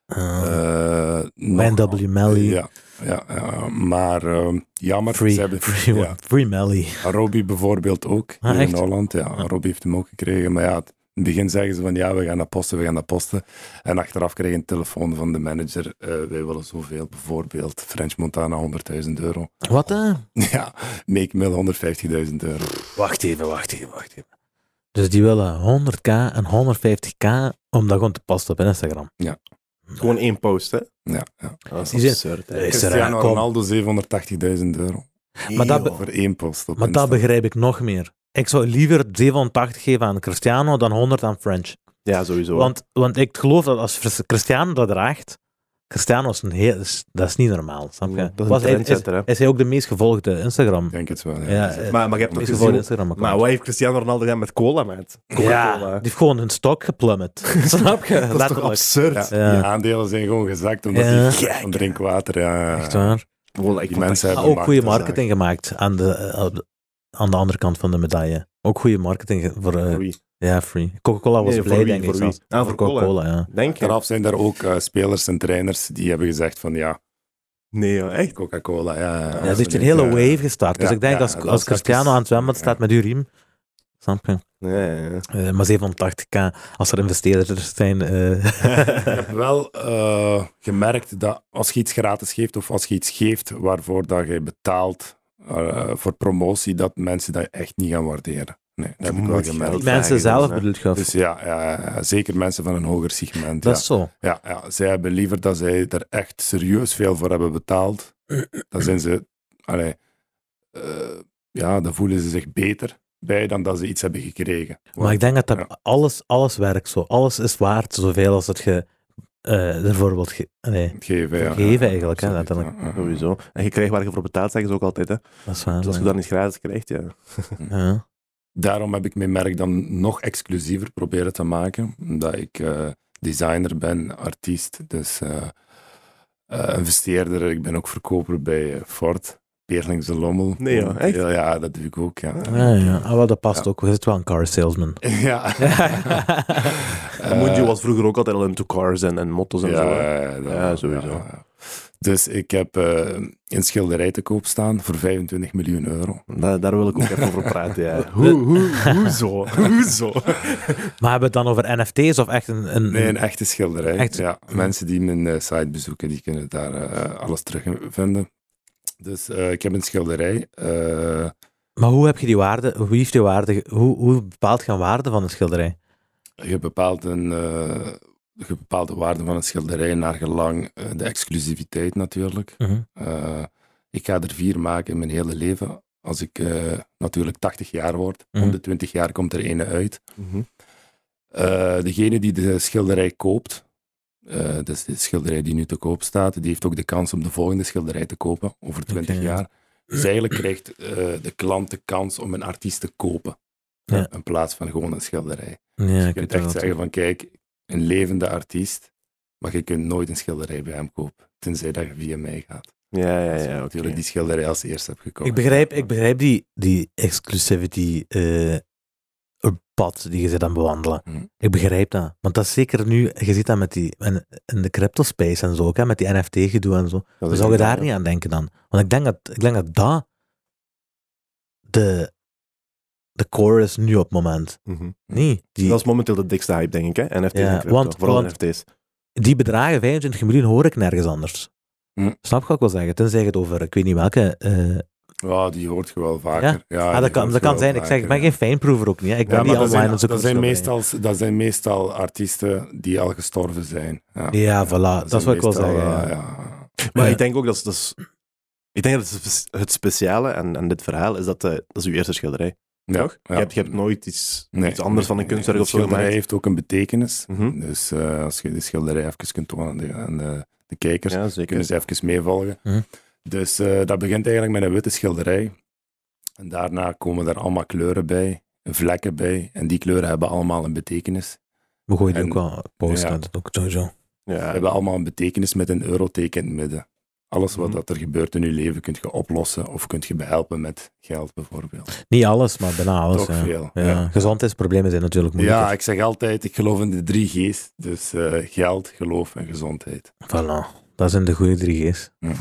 Uh, uh, Y N W Melly. Ja, ja, ja, maar uh, jammer. Free, ze hebben, free, ja. free Melly. Robbie bijvoorbeeld ook, ah, hier echt? in Holland. Ja, ah. Robbie heeft hem ook gekregen, maar ja... In het begin zeggen ze van ja, we gaan dat posten, we gaan dat posten. En achteraf kreeg je een telefoon van de manager. Uh, wij willen zoveel, bijvoorbeeld French Montana honderdduizend euro. Wat dan? Ja, Make Mill honderdvijftigduizend euro. Wacht even, wacht even, wacht even. Dus die willen honderd k en honderdvijftig k om dat gewoon te posten op Instagram. Ja. Gewoon één post, hè? Ja. ja. Dat is absurd. Cristiano Ronaldo zevenhonderdtachtigduizend euro. Maar dat be- voor één post op Maar Instagram. dat begrijp ik nog meer. Ik zou liever zevenhonderdtachtig geven aan Cristiano dan honderd aan French. Ja, sowieso. Want, want ik geloof dat als Cristiano dat draagt, Cristiano is een heel, dat is niet normaal. Snap je? Ja, dat is Was een trendsetter, hij, is, is hij ook de meest gevolgde Instagram? Ik denk het wel, ja. ja maar, maar je hebt toch gezien, Instagram maar wat heeft Cristiano Ronaldo gedaan met cola, maat? Ja, die heeft gewoon hun stok geplummet. Snap je? Dat is toch absurd? Ja, ja. Die aandelen zijn gewoon gezakt omdat ja. die van drinkwater... Ja, echt waar? Wow, die mensen hebben ook goede marketing gemaakt aan de, aan de andere kant van de medaille. Ook goede marketing voor... Uh, free. Ja, free. Coca-Cola was nee, blij, wie, denk ik. Voor, ah, voor Coca-Cola, ja. Denk je? Daaraf zijn er ook uh, spelers en trainers die hebben gezegd van ja... Nee, joh, echt? Coca-Cola, ja. Ja, ja, die heeft een hele wave gestart. Dus ja, ik denk ja, als, als Cristiano aan het zwembad staat met uw riem... Snap je? Ja, ja, ja. Uh, maar zevenhonderdtachtig k, als er investeerders zijn... Uh... ik heb wel uh, gemerkt dat als je iets gratis geeft, of als je iets geeft waarvoor dat je betaalt uh, voor promotie, dat mensen dat echt niet gaan waarderen. Nee, dat heb ik wel gemerkt. Die mensen zelf bedoel je? Dus ja, ja, zeker mensen van een hoger segment. Dat ja. is zo. Ja, ja, zij hebben liever dat zij er echt serieus veel voor hebben betaald. Dan zijn ze... Allee, uh, ja, dan voelen ze zich beter bij dan dat ze iets hebben gekregen. Maar Want, ik denk dat, dat ja. alles, alles werkt zo. Alles is waard zoveel als het je uh, ervoor wilt ge- nee, geven. Ja. geven eigenlijk. Hè, ja, ja, sowieso. En je krijgt waar je voor betaalt, zeggen ze ook altijd. Hè. Dat is waar. Dus als je dat niet gratis krijgt, ja. ja. Daarom heb ik mijn merk dan nog exclusiever proberen te maken. Omdat ik uh, designer ben, artiest, dus uh, uh, investeerder. Ik ben ook verkoper bij uh, Ford. Peerlings de Lommel. Nee, ja, echt? Ja, ja, dat doe ik ook, ja. Ja, ja. Ah, wel, dat past ja. ook. Je zit wel een car salesman. Ja. uh, Moonji was vroeger ook altijd al into cars en, en motto's en ja, zo. Ja, dat, ja, sowieso. Ja, ja. Dus ik heb uh, een schilderij te koop staan voor vijfentwintig miljoen euro. Daar, daar wil ik ook even over praten, ja. Hoe, hoe, hoezo? Hoezo? Maar hebben we het dan over N F T's of echt een... een nee, een echte schilderij. Echt? Ja, mensen die mijn uh, site bezoeken, die kunnen daar uh, alles terugvinden. Dus uh, ik heb een schilderij. Uh, maar hoe heb je die waarde? Hoe, heeft die waarde, hoe, hoe bepaalt je een waarde van een schilderij? Je bepaalt een... Uh, Je bepaalt de waarde van een schilderij naar gelang uh, de exclusiviteit natuurlijk. Uh-huh. Uh, ik ga er vier maken in mijn hele leven. Als ik uh, natuurlijk tachtig jaar word, mm. om de twintig jaar komt er ene uit. Mm-hmm. Uh, degene die de schilderij koopt, uh, dus de schilderij die nu te koop staat, die heeft ook de kans om de volgende schilderij te kopen over twintig okay. jaar. Dus eigenlijk krijgt uh, de klant de kans om een artiest te kopen, ja. in plaats van gewoon een schilderij. Ja, dus je kunt echt zeggen van, kijk, een levende artiest, maar je kunt nooit een schilderij bij hem kopen, tenzij dat je via mij gaat. Ja, ja, ja. Okay. Natuurlijk die schilderij als eerste heb gekocht. Ik begrijp, ik begrijp die, die exclusivity uh, pad die je zit aan bewandelen. Hmm. Ik begrijp dat. Want dat is zeker nu, je ziet dat met die, in, in de crypto space en zo, ook, hè, met die N F T gedoe en zo. Dan zou je daar ja. niet aan denken dan. Want ik denk dat ik denk dat, dat de, de core is nu op het moment. Mm-hmm. Nee, die, dat is momenteel de dikste hype, denk ik, hè? N F T's ja, en crypto. want, Vooral want, N F T's. Die bedragen vijfentwintig miljoen hoor ik nergens anders. Mm. Snap je wat ik wil zeggen? Tenzij je het over, ik weet niet welke... Uh, ja, die hoort je wel vaker. Ja, ja ah, dat kan, dat kan zijn. Vaker, ik zeg, ik ben ja. geen fijnproever ook niet. Hè. Ik ben ja, niet dat online. zijn, dat, dat, zijn meestal, dat zijn meestal artiesten die al gestorven zijn. Ja, ja, ja voilà. Dat, dat is wat ik wil zeggen. Ja. Ja. Ja. Maar ja. ik denk ook dat... dat is, ik denk dat het, het speciale aan, aan dit verhaal is dat uh, dat is uw eerste schilderij. Ja, toch? ja. Je, hebt, je hebt nooit iets, nee, iets anders nee, van een kunstwerk nee, of zo gemaakt. schilderij heeft ook een betekenis. Mm-hmm. Dus uh, als je de schilderij even kunt tonen aan de, aan de, de kijkers, ja, kunnen ze even meevolgen. Mm-hmm. Dus uh, dat begint eigenlijk met een witte schilderij. En daarna komen er allemaal kleuren bij, vlekken bij. En die kleuren hebben allemaal een betekenis. We gooien die ook wel posten. Ja. Dat ook sowieso. Ja. Hebben allemaal een betekenis met een euroteken in het midden. Alles wat mm-hmm. er gebeurt in je leven kun je oplossen of kun je behelpen met geld bijvoorbeeld. Niet alles, maar bijna alles. Toch ja. veel. Ja. Ja. Gezondheidsproblemen zijn natuurlijk moeilijk. Ja, ik zeg altijd, ik geloof in de drie G's. Dus uh, geld, geloof en gezondheid. Voilà, dat zijn de goede drie G's. Ja.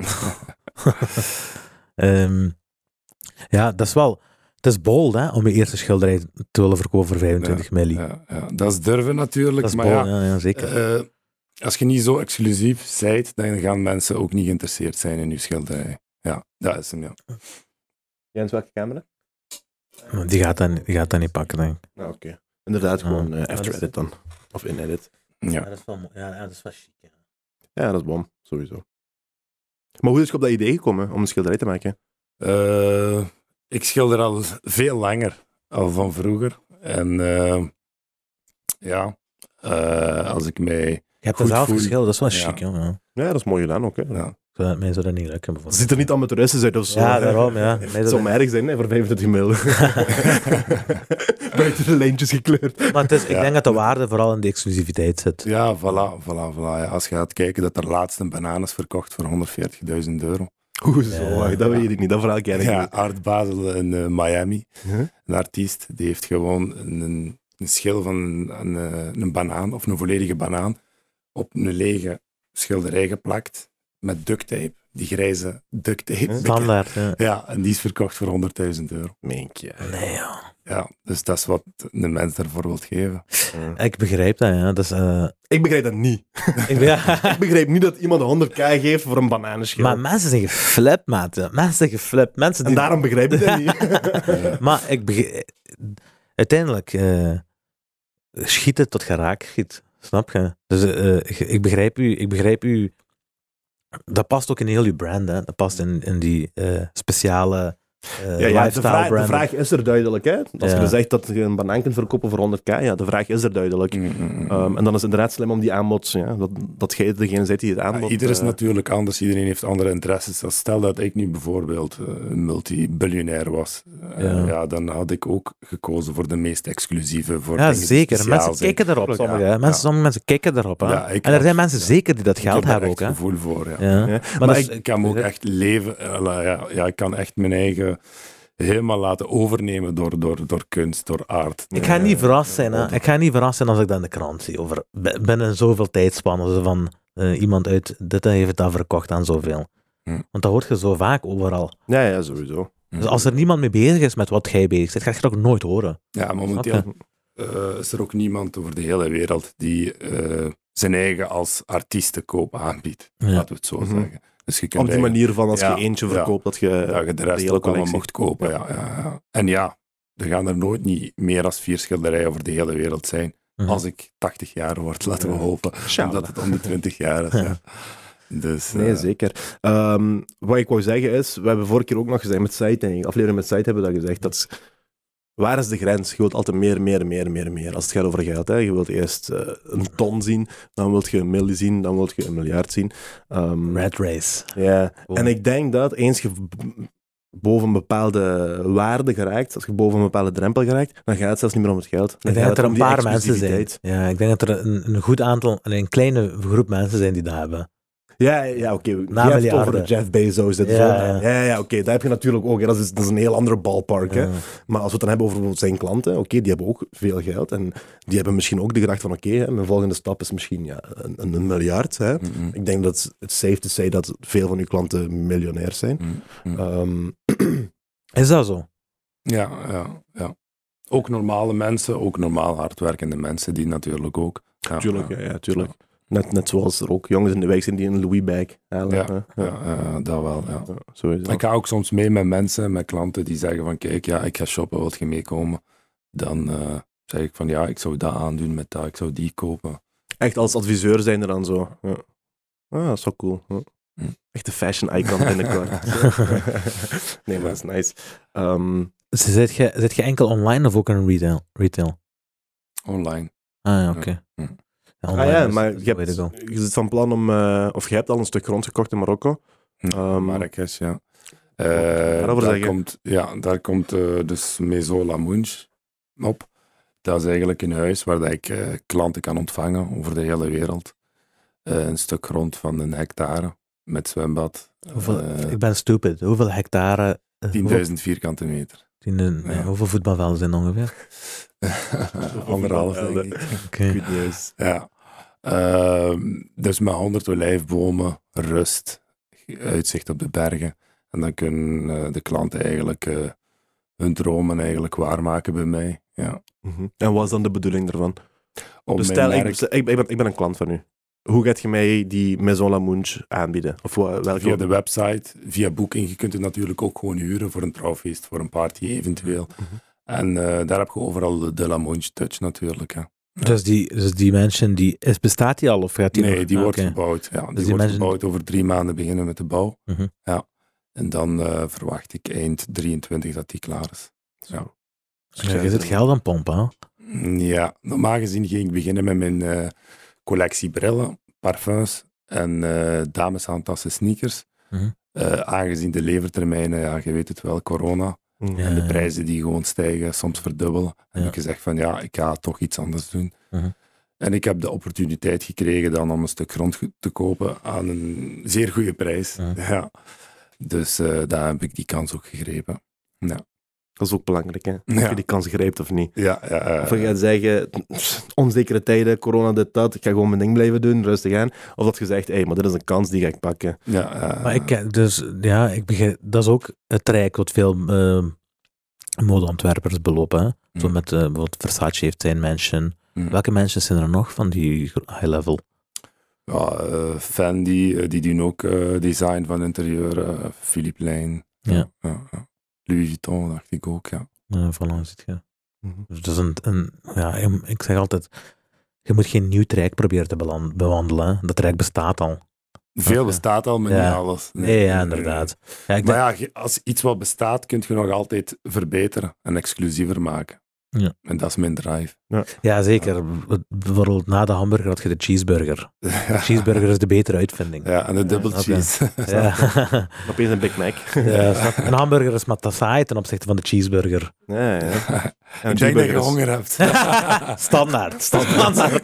um, ja, dat is wel... Het is bold, hè, om je eerste schilderij te willen verkopen voor vijfentwintig ja, milli. Ja, ja. Dat is durven natuurlijk. Dat is maar bold, ja, ja, ja zeker. Uh, als je niet zo exclusief bent, dan gaan mensen ook niet geïnteresseerd zijn in je schilderij. Ja, dat is hem, ja. Jens, welke camera? Die gaat dat, die gaat dat niet pakken, denk ik. Ah, Oké. Okay. Inderdaad, gewoon uh, ja, After Edit dan. Of in Edit. Ja. Ja, dat is wel, ja, ja, dat is wel chic, ja. Ja, dat is bom, sowieso. Maar hoe is je op dat idee gekomen om een schilderij te maken? Uh, ik schilder al veel langer, al van vroeger. En uh, ja, uh, als ik mij Je hebt er zelf voel, geschilderd, dat is wel ja. chic, jongen. Ja, dat is mooi gedaan ook, hè. Ja. Mij zou dat niet lukken, bijvoorbeeld. Het ziet er niet amateuristisch uit of zo. Ja, daarom, ja. Het zou mij erg zijn, hè, voor vijfentwintig mil. Buiten de lijntjes gekleurd. Maar het is, ik ja. denk dat de waarde vooral in de exclusiviteit zit. Ja, voilà, voilà, voilà. Ja, als je gaat kijken dat er laatst een banaan is verkocht voor honderdveertigduizend euro. Hoezo? Ja. Dat weet ik niet, dat verhaal ken ik Ja, niet. Art Basel in uh, Miami. Huh? Een artiest, die heeft gewoon een, een schil van een, een, een banaan, of een volledige banaan, op een lege schilderij geplakt, met duct tape. Die grijze duct tape. Standaard, ja. Ja, en die is verkocht voor honderdduizend euro. Meentje. Nee, ja. Ja, dus dat is wat een mens daarvoor wil geven. Ja. Ik begrijp dat, ja. Dat is, uh... Ik begrijp dat niet. ik, ja. ik begrijp niet dat iemand honderd k geeft voor een bananenschil. Maar mensen zijn geflipt, maat. Mensen zijn geflipt. Mensen die... En daarom begrijp ik dat niet. ja. Maar ik begrijp... Uiteindelijk uh, schiet het tot geraakt schiet. Snap je? Dus uh, ik begrijp u... Ik begrijp u... Dat past ook in heel je brand, hè. Dat past in, in die uh, speciale uh, ja, ja, lifestyle de, vraag, brand. de vraag is er duidelijk, hè. Als ja. je zegt dat je een banaan kunt verkopen voor honderd k, ja, de vraag is er duidelijk. Mm-hmm. Um, en dan is het inderdaad slim om die aanbod, ja, dat, dat jij degene bent die het aanbod... Ja, ieder is uh, natuurlijk anders, iedereen heeft andere interesses. Als stel dat ik nu bijvoorbeeld uh, een multi-biljonair was, uh, ja. ja, dan had ik ook gekozen voor de meest exclusieve, voor ja, dingen zeker. die Mensen zijn. kijken erop, sommige. Ja, mensen, ja. Sommige mensen kijken erop. Hè. Ja, ik en er zijn had, mensen ja. zeker die dat geld ik heb hebben ook. Ik heb Hè. er gevoel voor, ja. Ja. Ja. Maar, Maar dat ik, is, ik kan me ook echt leven, uh, ja, ja, ik kan echt mijn eigen helemaal laten overnemen door, door, door kunst, door art. ik ga niet verrast zijn. Hè. Ik ga niet verrast zijn als ik dat in de krant zie. Over, binnen zoveel tijdspannen van uh, iemand uit dit heeft het al verkocht aan zoveel. Hm. Want dat hoort je zo vaak overal. Ja, ja, sowieso. Dus als er niemand mee bezig is met wat jij bezig bent, ga je dat ook nooit horen. Ja, momenteel uh, is er ook niemand over de hele wereld die uh, zijn eigen als artiestenkoop aanbiedt. Ja. Laten we het zo Mm-hmm. zeggen. Dus je kunt Op die manier van als ja, je eentje ja. verkoopt, dat je, dat je de rest hele ook allemaal collectie mocht kopen. Ja, ja, ja. En ja, er gaan er nooit niet meer dan vier schilderijen over de hele wereld zijn. Mhm. Als ik tachtig jaar word, laten we hopen. Sjaallah. Omdat het om de twintig jaar is. Ja. Dus, Nee, uh, zeker. Um, wat ik wou zeggen is, we hebben vorige keer ook nog gezegd met site, en aflevering met site hebben we dat gezegd, dat is, waar is de grens? Je wilt altijd meer, meer, meer, meer, meer. Als het gaat over geld, hè. Je wilt eerst uh, een ton zien, dan wilt je een miljoen zien, dan wilt je een miljard zien. Um, Red race. Ja, Cool. en ik denk dat eens je boven een bepaalde waarde geraakt, als je boven een bepaalde drempel geraakt, dan gaat het zelfs niet meer om het geld. Dan Ik denk gaat dat er het een om die paar mensen zijn. exclusiviteit. Ja, ik denk dat er een, een goed aantal, een kleine groep mensen zijn die dat hebben. Ja, ja oké. Okay. Na Je hebt het miljarden. over Jeff Bezos. Dat Ja, zo. ja. ja, ja oké. Okay. Dat heb je natuurlijk ook. Hè. Dat, is, dat is een heel andere ballpark. Hè. Ja. Maar als we het dan hebben over bijvoorbeeld zijn klanten, oké, okay, die hebben ook veel geld. En die hebben misschien ook de gedachte van, oké, okay, mijn volgende stap is misschien ja, een, een miljard. Hè. Mm-hmm. Ik denk dat het safe to say dat veel van uw klanten miljonairs zijn. Mm-hmm. Um, Is dat zo? Ja, ja, ja. Ook normale mensen, ook normaal hardwerkende mensen, die natuurlijk ook. Ja, tuurlijk, ja, ja, ja, tuurlijk. Ja. Net, net zoals er ook jongens in de wijk zijn die een Louis bag halen. Ja, hè. ja, ja, ja, dat wel, ja. Ja, sowieso. Ik ga ook soms mee met mensen, met klanten die zeggen van kijk, ja, ik ga shoppen, wilt je meekomen? Dan uh, zeg ik van ja, ik zou dat aandoen met dat, ik zou die kopen. Echt als adviseur zijn er dan zo. Ja. Ah, dat is wel cool. Ja. Hm. Echt een fashion icon binnenkort. Nee, maar dat is nice. Um, Dus zit je, zit je enkel online of ook in retail? retail? Online. Ah ja, oké. Okay. Ja. Ja, ah ja, is- maar is je, the way to hebt, je zit van plan om... Uh, of je hebt al een stuk grond gekocht in Marokko. Um, Marrakesh, ja. Uh, daarover daar, zeggen. komt, ja, daar komt uh, dus Maison La Mounge op. Dat is eigenlijk een huis waar dat ik uh, klanten kan ontvangen over de hele wereld. Uh, een stuk grond van een hectare met zwembad. Hoeveel, Uh, ik ben stupid. Hoeveel hectare? uh, tienduizend vierkante meter. tien, uh, Ja. Hoeveel voetbalvelden zijn er ongeveer? Anderhalf, denk ik. Okay. Good news. Ja. Uh, dus met honderd olijfbomen, rust, uitzicht op de bergen. En dan kunnen uh, de klanten eigenlijk uh, hun dromen eigenlijk waarmaken bij mij. Ja. Mm-hmm. En wat is dan de bedoeling daarvan? Om Dus mijn stel, ik, merk- ik, ik, ben, ik ben een klant van u. Hoe gaat je mij die Maison La Mounge aanbieden? Of wa- welke... Via de website, via boeking. Je kunt het natuurlijk ook gewoon huren voor een trouwfeest, voor een party eventueel. Mm-hmm. En uh, daar heb je overal de, de La Mounge touch natuurlijk. Hè. Ja. Dus, die, dus die mensen, die, is, bestaat die al? Of gaat die Nee, nog? die Ah, wordt oké. gebouwd. Ja, die die wordt mensen- gebouwd. Over drie maanden beginnen met de bouw. Mhm. Ja. En dan uh, verwacht ik eind drieëntwintig dat die klaar is. Ja. Ja, je zit geld aan pompen, hè? Ja, normaal gezien ging ik beginnen met mijn uh, collectie brillen, parfums en uh, dameshandtassen, sneakers. Mhm. Uh, aangezien de levertermijnen, ja, je weet het wel, corona. Mm. Ja. En de prijzen die gewoon stijgen, soms verdubbelen. En Ja. ik gezegd van ja, ik ga toch iets anders doen. Mhm. En ik heb de opportuniteit gekregen dan om een stuk grond te kopen aan een zeer goede prijs. Mhm. Ja. Dus uh, daar heb ik die kans ook gegrepen. Ja, Dat is ook belangrijk, hè? Of Ja. je die kans grijpt of niet. ja, ja uh, Of je gaat zeggen, onzekere tijden, corona, dit, dat, ik ga gewoon mijn ding blijven doen, rustig aan. Of dat je zegt, hé, hey, maar dit is een kans, die ga ik pakken. ja, uh, Maar ik ken- dus, ja, ik begrijp, dat is ook het traject wat veel uh, modeontwerpers belopen. Hè? Zo Mm. met uh, bijvoorbeeld Versace heeft zijn mensen. mm. Welke mensen zijn er nog van die high level? Ja, uh, Fendi, uh, die doen ook uh, design van interieur. Uh, Philippe Lijn. Ja. Ja, ja. Louis Vuitton, dacht ik ook, ja. Uh, voilà, zit je. Mhm. Dus dat is een, een, ja, ik zeg altijd, je moet geen nieuw traject proberen te beland- bewandelen. Hè. Dat traject bestaat al. Veel Oké. bestaat al, maar Ja. niet alles. Nee, ja, inderdaad. Ja, ik denk- Maar ja, ge- als iets wat bestaat, kun je nog altijd verbeteren en exclusiever maken. Ja. En dat is mijn drive. ja, zeker. Bijvoorbeeld na de hamburger had je de cheeseburger. De cheeseburger is de betere uitvinding. Ja, en de double oké. cheese. Ja. Opeens een Big Mac. Ja, snap je? Een hamburger is maar te saai ten opzichte van de cheeseburger. Ja, ja. En een Ik denk dat je cheeseburger is- honger hebt. Standaard. Standaard.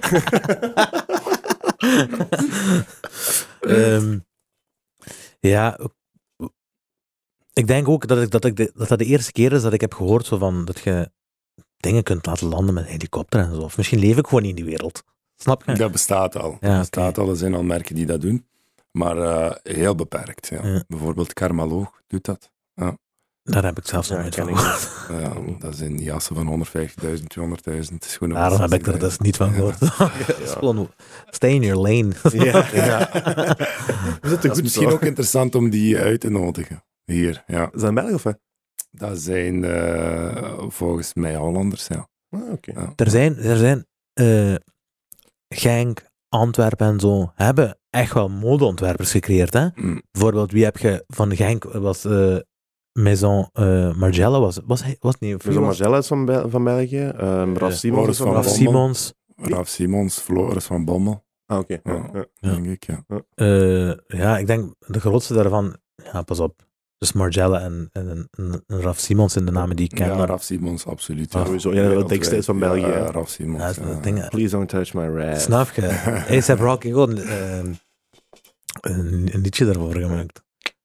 Ehm, ja, ik denk ook dat, ik, dat, ik de, dat dat de eerste keer is dat ik heb gehoord zo van, dat je dingen kunt laten landen met een helikopter en zo. Of misschien leef ik gewoon niet in die wereld. Snap je? Dat bestaat al. Ja, dat bestaat oké. al. Er zijn al merken die dat doen. Maar uh, heel beperkt. Ja. Ja. Bijvoorbeeld Karmaloog doet dat. Daar heb ik zelfs nog Ja, nooit ken van ik gehoord. Ja, dat zijn jassen van honderdvijftigduizend, tweehonderdduizend schoenen. Daarom van heb ik er dus niet van gehoord. Dat is gewoon, stay in your lane. Ja. Ja. We zitten Dat is goed misschien zo. ook interessant om die uit te nodigen. Hier, ja. Is dat in België of wat? Dat zijn uh, volgens mij Hollanders, ja. Ah, oké. Ja. Er zijn, er zijn uh, Genk, Antwerpen en zo hebben echt wel modeontwerpers gecreëerd. Hè? Mm. Bijvoorbeeld, wie heb je van Genk? Was uh, Maison uh, Margiela? Was, was, was, was niet? Maison Margiela is van, Bel- van België. Um, Raf Simons is van Raf België. Simons. Raf Simons, Floris van Bommel. Ah, oké. Okay. Ja, Ja, ja. denk ik, ja. Uh, ja, ik denk de grootste daarvan... Ja, pas op. Dus Margiela en, en, en, en Raf Simons zijn de namen die ik ken. Ja, Raf Simons, absoluut. Ja. Ah, sowieso. Ja, dat dikste is van België. Ja, Ja, Raf Simons. Ja, dat is ja. dat ding, Please don't touch my rap. Snap je? A$AP Rocky gewoon uh, een, een liedje daarvoor gemaakt.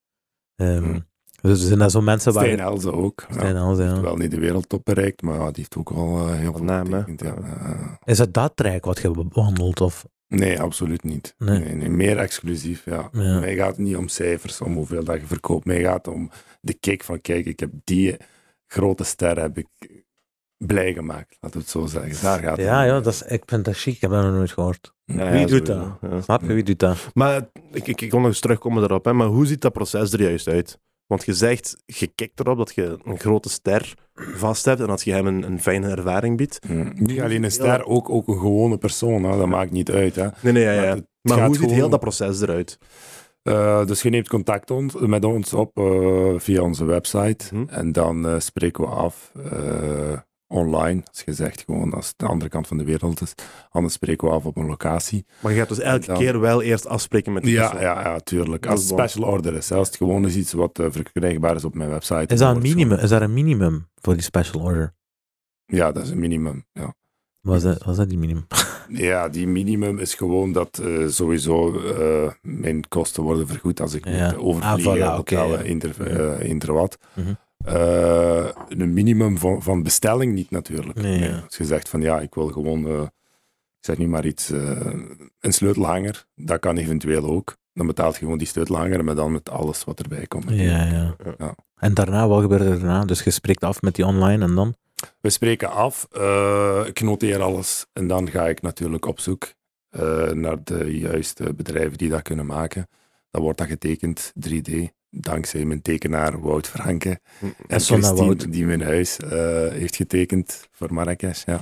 Um, Hmm. Dus er zijn daar zo mensen waar... Stijn Elze ook. Stijn ja. Elze, ja. Wel niet de wereldtop bereikt, maar die heeft ook wel uh, heel veel naam, hè? betekend. Ja. Uh, Is het dat traject wat je behandelt? Of? nee, absoluut niet. Nee. Nee, nee, meer exclusief, ja. Ja. Mij gaat het niet om cijfers, om hoeveel dat je verkoopt. Mij gaat het om de kick van, kijk, ik heb die grote ster heb ik blij gemaakt, laten we het zo zeggen. Daar gaat het Ja, om. ja dat is, ik vind dat chic. Ik heb dat nog nooit gehoord. Ja, Wie ja, doet sowieso. dat? Ja. Snap je? Wie doet dat? Maar ik, ik, ik kon nog eens terugkomen daarop, hè, maar hoe ziet dat proces er juist uit? Want je zegt, je kijkt erop dat je een grote ster vast hebt en dat je hem een, een fijne ervaring biedt. Hmm. Niet alleen een ster, ook, ook een gewone persoon, hè. Dat maakt niet uit. Hè. Nee, nee, ja, ja. Maar Maar, het gaat hoe ziet gewoon- heel dat proces eruit? Uh, dus je neemt contact on- met ons op uh, via onze website Hm. en dan uh, spreken we af uh, online. Als je zegt gewoon als het de andere kant van de wereld is, anders spreken we af op een locatie. Maar je gaat dus elke dan- keer wel eerst afspreken met die Ja, persoon. ja, ja, tuurlijk. Dat Als is het bon. special order is, hè. Als het gewoon is iets wat uh, verkrijgbaar is op mijn website. Is dan dat een wordt het minimum? Is daar een minimum voor die special order? gewoon- Ja, dat is een minimum. Ja. Was dat, was dat die minimum? Ja, die minimum is gewoon dat uh, sowieso uh, mijn kosten worden vergoed als ik Ja. moet overvliegen, Ah, voilà, oké, hotellen, ja. inter, uh, interwat. Mhm. Uh, een minimum van, van bestelling niet natuurlijk. Nee, ja. Als je zegt van ja, ik wil gewoon, uh, ik zeg nu maar iets, uh, een sleutelhanger, dat kan eventueel ook. Dan betaalt je gewoon die sleutelhanger, maar dan met alles wat erbij komt. Ja, ja. Ja. En daarna, wat gebeurt er daarna? Dus je spreekt af met die online en dan? We spreken af, uh, ik noteer alles en dan ga ik natuurlijk op zoek uh, naar de juiste bedrijven die dat kunnen maken. Dan wordt dat getekend drie D, dankzij mijn tekenaar Wout Franke en Sonna Christine, Wout. die mijn huis uh, heeft getekend voor Marrakesh. Ja.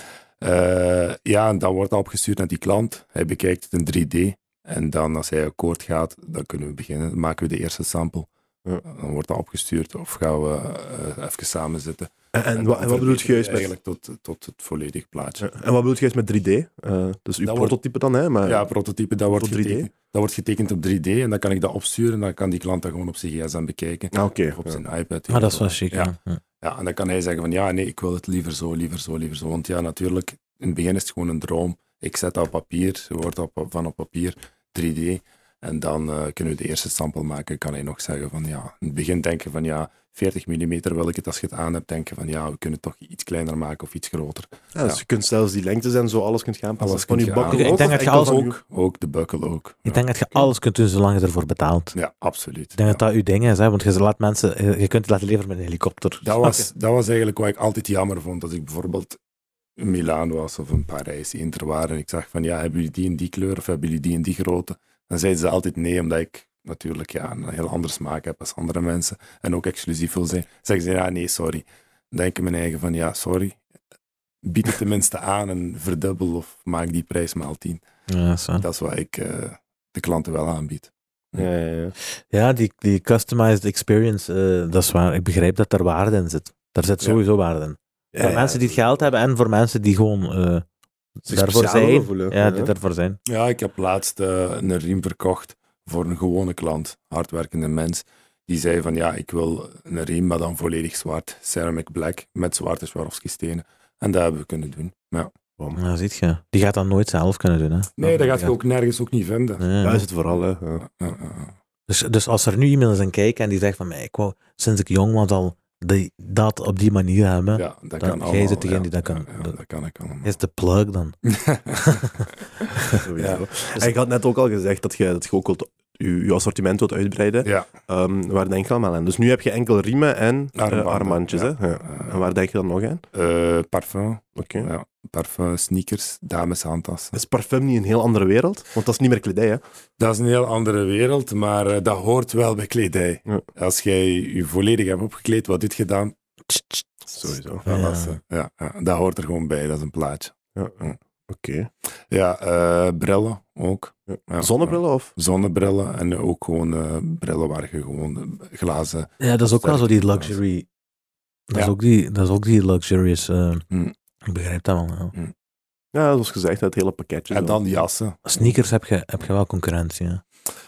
Uh, ja, en dan wordt dat opgestuurd naar die klant. Hij bekijkt het in drie D en dan als hij akkoord gaat, dan kunnen we beginnen. Dan maken we de eerste sample. Ja. Dan wordt dat opgestuurd of gaan we uh, even samen zitten. En, en, wat, en wat bedoel je juist met... Eigenlijk tot, tot het volledig plaatje. Ja, en wat bedoel je juist met drie D? Uh, dus uw Dat prototype dan, hè? Maar, Ja, prototype, dat wordt, Voor drie D? getekend, dat wordt getekend op drie D en dan kan ik dat opsturen en dan kan die klant dat gewoon op zijn gsm bekijken. Ah, oké. Of op Ja. zijn iPad. Ah, dat is wel chic. Ja. Ja. Ja. Ja, en dan kan hij zeggen van ja, nee, ik wil het liever zo, liever zo, liever zo. Want ja, natuurlijk, in het begin is het gewoon een droom. Ik zet dat op papier, er wordt op, van op papier drie D. En dan uh, kunnen we de eerste sample maken. Kan hij nog zeggen van ja, in het begin denken van ja, veertig millimeter wil ik het als je het aan hebt. Denken van ja, we kunnen het toch iets kleiner maken of iets groter. Ja, dus Ja. je kunt zelfs die lengtes en zo, alles kunt gaan passen. Alles Van kunt je je bakkel aanpassen. ook, Ik denk of dat je enkel alles van uw- Ook, ook de buckle ook. Ik denk dat je alles kunt doen zolang je ervoor betaalt. Ja, absoluut. Ik denk ja. dat dat uw ding is, hè? Want je laat mensen, je kunt het laten leveren met een helikopter. Dat was, dat was eigenlijk wat ik altijd jammer vond. Als ik bijvoorbeeld in Milaan was of in Parijs, Inter waren, en ik zag van ja, hebben jullie die in die kleur of hebben jullie die in die grootte? Dan zeiden ze altijd nee, omdat ik natuurlijk ja, een heel andere smaak heb als andere mensen en ook exclusief wil zijn. Zeggen ze ja, nee, sorry. Dan denk ik mijn eigen van ja, sorry. Bied het tenminste aan en verdubbel of maak die prijs maal tien. Ja, dat is waar. Dat is wat ik uh, de klanten wel aanbied. Ja, ja, ja. Ja, die, die customized experience, uh, dat is waar. Ik begrijp dat er waarde in zit. Daar zit sowieso waarde in. Ja, voor ja. mensen die het geld hebben en voor mensen die gewoon uh, Zich daarvoor speciaal willen zijn. voelen. Ja, Ja. die daarvoor zijn. Ja, ik heb laatst uh, een riem verkocht voor een gewone klant, hardwerkende mens. Die zei van ja, ik wil een riem, maar dan volledig zwart, ceramic black, met zwarte Swarovski stenen. En dat hebben we kunnen doen. Ja. Ja, ziet je. Die gaat dat nooit zelf kunnen doen. Hè? Nee, dat gaat je ook nergens ook niet vinden. Ja. Daar is het vooral, hè. Ja. Ja, ja, ja. Dus, dus als er nu iemand is aan kijken en die zegt van mij, ik wou sinds ik jong was al die, dat op die manier hebben, Ja, dat Dan- kan jij allemaal. zit degene ja. die dat kan. Ja, ja, Dat- dat kan ik allemaal. is de plug dan. Sowieso. Ja. En ik had net ook al gezegd dat je, dat je ook wilt, je, je assortiment wilt uitbreiden. Ja. Um, waar denk je allemaal aan? Dus nu heb je enkel riemen en uh, Armbanden, armbandjes. ja. Hè? Ja. En waar denk je dan nog aan? Uh, parfum, Oké. ja. Parfum, sneakers, dames handtassen. Is parfum niet een heel andere wereld? Want dat is niet meer kledij, hè? Dat is een heel andere wereld, maar uh, dat hoort wel bij kledij. Ja. Als jij je volledig hebt opgekleed, wat doet je dan? Sowieso. Ja, Ja. dat, is, uh, ja, ja, dat hoort er gewoon bij, dat is een plaatje. Ja. Oké. Ja, uh, brillen ook. Ja, Zonnebrillen of? Zonnebrillen en ook gewoon uh, brillen waar je gewoon glazen... Ja, dat is ook wel zo die luxury... Dat, ja. is, ook die, dat is ook die luxurious... Uh, mm. Ik begrijp dat wel. Ja, mm. ja zoals gezegd, het hele pakketje. En dan jassen. Sneakers heb je, heb je wel concurrentie, hè?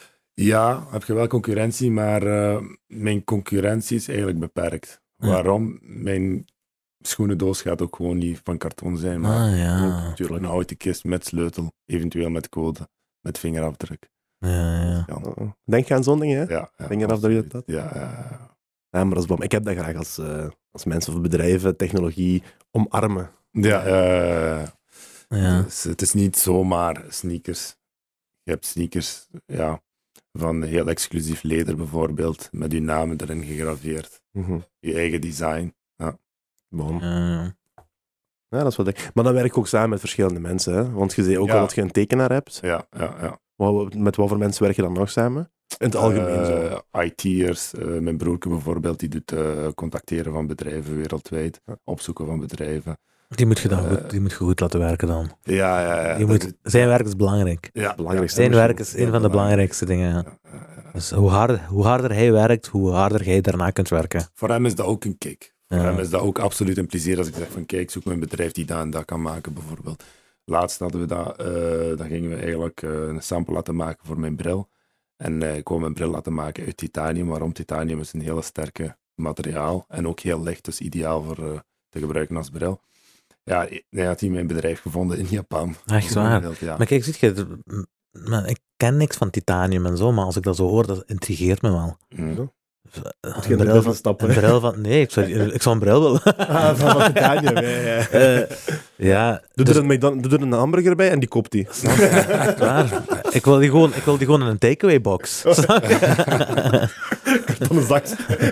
Ja, heb je wel concurrentie, maar uh, mijn concurrentie is eigenlijk beperkt. Ja. Waarom? Mijn schoenendoos gaat ook gewoon niet van karton zijn, maar ah, ja. natuurlijk een houten kist met sleutel, eventueel met code, met vingerafdruk. Ja, ja. Ja. Denk je aan zo'n dingen, hè? Ja, ja, vingerafdruk dat? Ja, ja. Ja, maar dat is bom. Ik heb dat graag als, uh, als mensen of bedrijven technologie omarmen. Ja, uh, ja. Dus het is niet zomaar sneakers. Je hebt sneakers, ja, van heel exclusief leder bijvoorbeeld, met je namen erin gegraveerd. Mm-hmm. Je eigen design. Ja. Bom. Uh. Ja, dat is wat ik... Maar dan werk ik ook samen met verschillende mensen, hè? Want je ziet ook ja. al dat je een tekenaar hebt. Ja, ja, ja. Wat, met wat voor mensen werk je dan nog samen? In het algemeen uh, zo. I T'ers, uh, mijn broerke bijvoorbeeld, die doet uh, contacteren van bedrijven wereldwijd, ja. opzoeken van bedrijven. Die moet je dan uh, goed, die moet je goed laten werken dan. Ja, ja, ja. Die moet, is, zijn werk is belangrijk. Ja, belangrijkste zijn werk is een van de belangrijkste dingen. Ja. Ja, ja, ja. Dus hoe harder, hoe harder hij werkt, hoe harder jij daarna kunt werken. Voor hem is dat ook een kick. Voor ja. hem is dat ook absoluut een plezier als ik zeg van kijk, zoek me een bedrijf die dat en dat kan maken bijvoorbeeld. Laatst hadden we dat, uh, dan gingen we eigenlijk uh, een sample laten maken voor mijn bril. En uh, ik wou mijn bril laten maken uit titanium. Waarom? Titanium is een hele sterke materiaal en ook heel licht, dus ideaal voor uh, te gebruiken als bril. Ja, hij had hij mijn bedrijf gevonden in Japan. Echt waar? Ja. Maar kijk, ziet je, man, ik ken niks van titanium en zo, maar als ik dat zo hoor, dat intrigeert me wel. Mm. Moet je bril van stappen? Een bril van, nee, ik zou, ik zou een bril willen. Ah, van wat titanium, ja. ja. Uh, ja doe, dus, er een, doe er een hamburger bij en die koopt die. Echt waar. Ik wil die gewoon, ik wil die gewoon in een takeaway box. Kartonnen zak.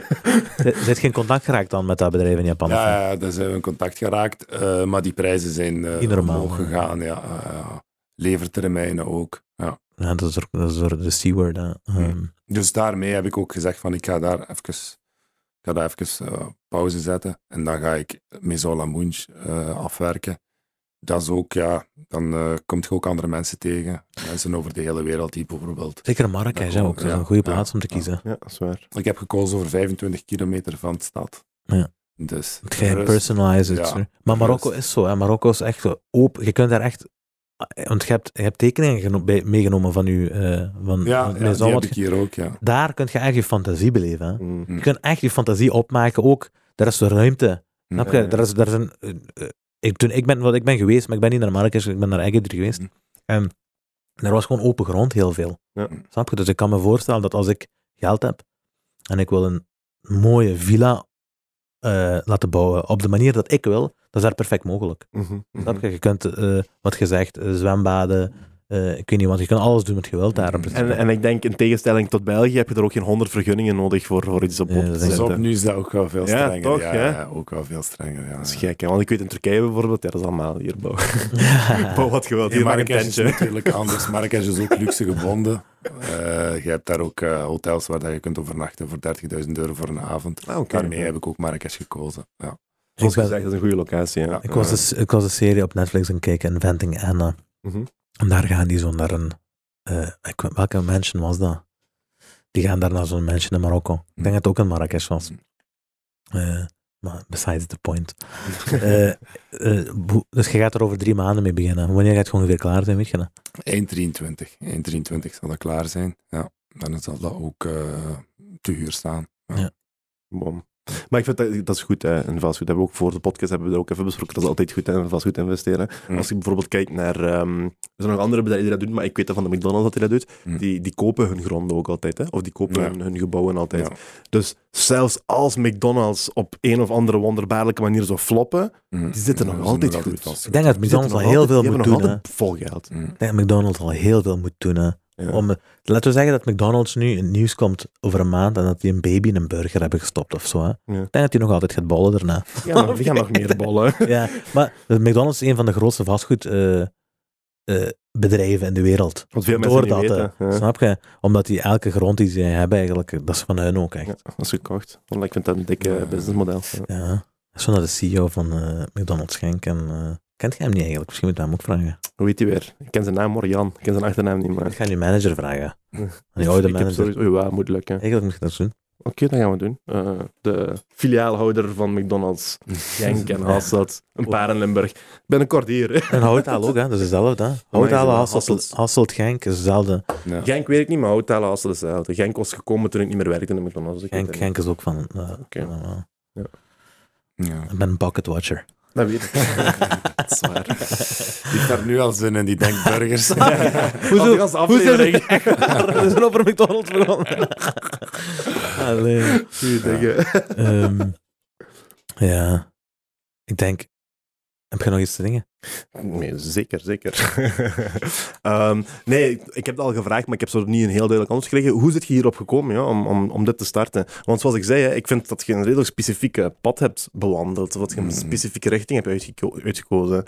Ze heeft geen contact geraakt dan met dat bedrijf in Japan? Ja, ja, daar zijn we in contact geraakt. Uh, maar die prijzen zijn uh, omhoog gegaan. Ja. Uh, levertermijnen ook. Ja. Ja, dat is, er, dat is er de C-word. Um. Dus daarmee heb ik ook gezegd van ik ga daar even, ik ga daar even uh, pauze zetten. En dan ga ik Maison La Munch uh, afwerken. Dat is ook, ja, dan uh, kom je ook andere mensen tegen. Mensen over de hele wereld die bijvoorbeeld... Zeker Marrakesh ook, dat is ja, een goede plaats ja, om te kiezen. Ja, dat is waar. Ik heb gekozen voor vijfentwintig kilometer van de stad. Ja. Dus... Het ga je personalizen. Ja, maar Marokko rust. Is zo, hè. Marokko is echt zo open. Je kunt daar echt... Want je hebt, je hebt tekeningen geno- bij, meegenomen van je... Uh, van, ja, van, ja die heb ik hier ook, ja. Daar kun je echt je fantasie beleven. Hè. Mm. Je kunt echt je fantasie opmaken, ook. Daar is de ruimte. Mm. Snap je? Ja, ja. Daar is, daar is een... Uh, uh, ik, toen, ik, ben, wat, ik ben geweest, maar ik ben niet naar Marrakesh, ik ben naar Agadir geweest. Mm. En er was gewoon open grond, heel veel. Ja. Snap je? Dus ik kan me voorstellen dat als ik geld heb en ik wil een mooie villa uh, laten bouwen op de manier dat ik wil, dat is daar perfect mogelijk. Mm-hmm. Snap je? Je kunt, uh, wat je zegt, uh, zwembaden, uh, ik weet niet wat, je kan alles doen wat je wilt daar. En, en ik denk, in tegenstelling tot België, heb je er ook geen honderd vergunningen nodig voor, voor iets op ja, te zetten. Op, nu is dat ook wel veel strenger. Ja, toch? Ja, ja? ja, ook wel veel strenger. Ja. Dat is gek, hè? Want ik weet in Turkije bijvoorbeeld, ja, dat is allemaal hier bouwen. Ja. Bouw wat je wilt, hier ja, mag een tentje. Is natuurlijk anders. Marrakesh is ook luxe gebonden. Uh, je hebt daar ook uh, hotels waar je kunt overnachten voor dertigduizend euro voor een avond. Ah, okay. Daarmee heb ik ook Marrakesh gekozen. Ja. Zoals gezegd, dat is een goede locatie. Ja. Ik, was een, ik was een serie op Netflix aan het kijken, Inventing Anna. Mm-hmm. En daar gaan die zo naar een... Uh, ik, welke mansion was dat? Die gaan daar naar zo'n mansion in Marokko. Mm. Ik denk dat het ook in Marrakesh was. Uh, maar besides the point. uh, uh, dus je gaat er over drie maanden mee beginnen. Wanneer gaat het ongeveer klaar zijn, weet je dat? eind drieëntwintig. eind drieëntwintig zal dat klaar zijn. Ja. Dan zal dat ook uh, te huur staan. Ja. Ja. Bom. Maar ik vind dat, dat is goed, hè, in vastgoed. Hebben we ook voor de podcast hebben we dat ook even besproken. Dat is altijd goed, hè, in vastgoed investeren. Mm. Als je bijvoorbeeld kijkt naar... Um, er zijn nog andere bedrijven die dat doen, maar ik weet dat van de McDonald's dat die dat doet. Mm. Die, die kopen hun gronden ook altijd, hè. Of die kopen ja. hun, hun gebouwen altijd. Ja. Dus zelfs als McDonald's op een of andere wonderbaarlijke manier zou floppen, mm. die zitten ja, nog altijd goed. Vast. Ik denk dat McDonald's al heel veel moet doen, hè. Vol geld. Mm. Ik denk dat McDonald's al heel veel moet doen, hè. Ja. Om, laten we zeggen dat McDonald's nu in het nieuws komt over een maand en dat die een baby in een burger hebben gestopt of zo. Hè. Ja. Ik denk dat die nog altijd gaat bollen daarna. Ja, maar die gaan nog meer bollen. Ja, maar McDonald's is een van de grootste vastgoedbedrijven uh, uh, in de wereld. Wat veel mensen niet weten. Ja. Snap je? Omdat die elke grond die ze hebben eigenlijk, dat is van hun ook echt. Ja, dat is gekocht. Want ik vind dat een dikke ja. businessmodel. Ja, ja. Zo naar de C E O van uh, McDonald's Genk en uh, Kent jij hem niet eigenlijk? Misschien moet je hem ook vragen. Hoe weet hij weer? Ik ken zijn naam maar Jan. Ik ken zijn achternaam niet, maar... Ik ga je manager vragen. Die oude ik manager. heb sowieso... Ja, moet lukken. Eigenlijk moet je dat doen. Oké, okay, dat gaan we doen. Uh, de filiaalhouder van McDonald's, Genk en Hasselt, een paar in Limburg. Binnenkort hier. En Houthalen ook, hè? Dat is hetzelfde. Hè? Houthalen, Hasselt, Hasselt, Genk is hetzelfde. Ja. Genk weet ik niet, maar Houthalen, Hasselt is hetzelfde. Genk was gekomen toen ik niet meer werkte in McDonald's. Genk, Genk is ook van... Uh, okay. uh, uh. Ja. Ja. Ik ben een bucket watcher. Dat weet ik. Dat is waar. Die heeft daar nu al zin in, die denkt burgers. Hoezo? Als aflevering. We zijn over McDonald's begonnen. Allee. Goeie dingen. Um, ja. Ik denk... Heb je nog iets te dingen? Nee, zeker, zeker. um, nee, ik, ik heb het al gevraagd, maar ik heb zo niet een heel duidelijk antwoord gekregen. Hoe zit je hierop gekomen, ja, om, om, om dit te starten? Want zoals ik zei, hè, ik vind dat je een redelijk specifieke pad hebt bewandeld, dat je een specifieke richting hebt uitgeko- uitgekozen.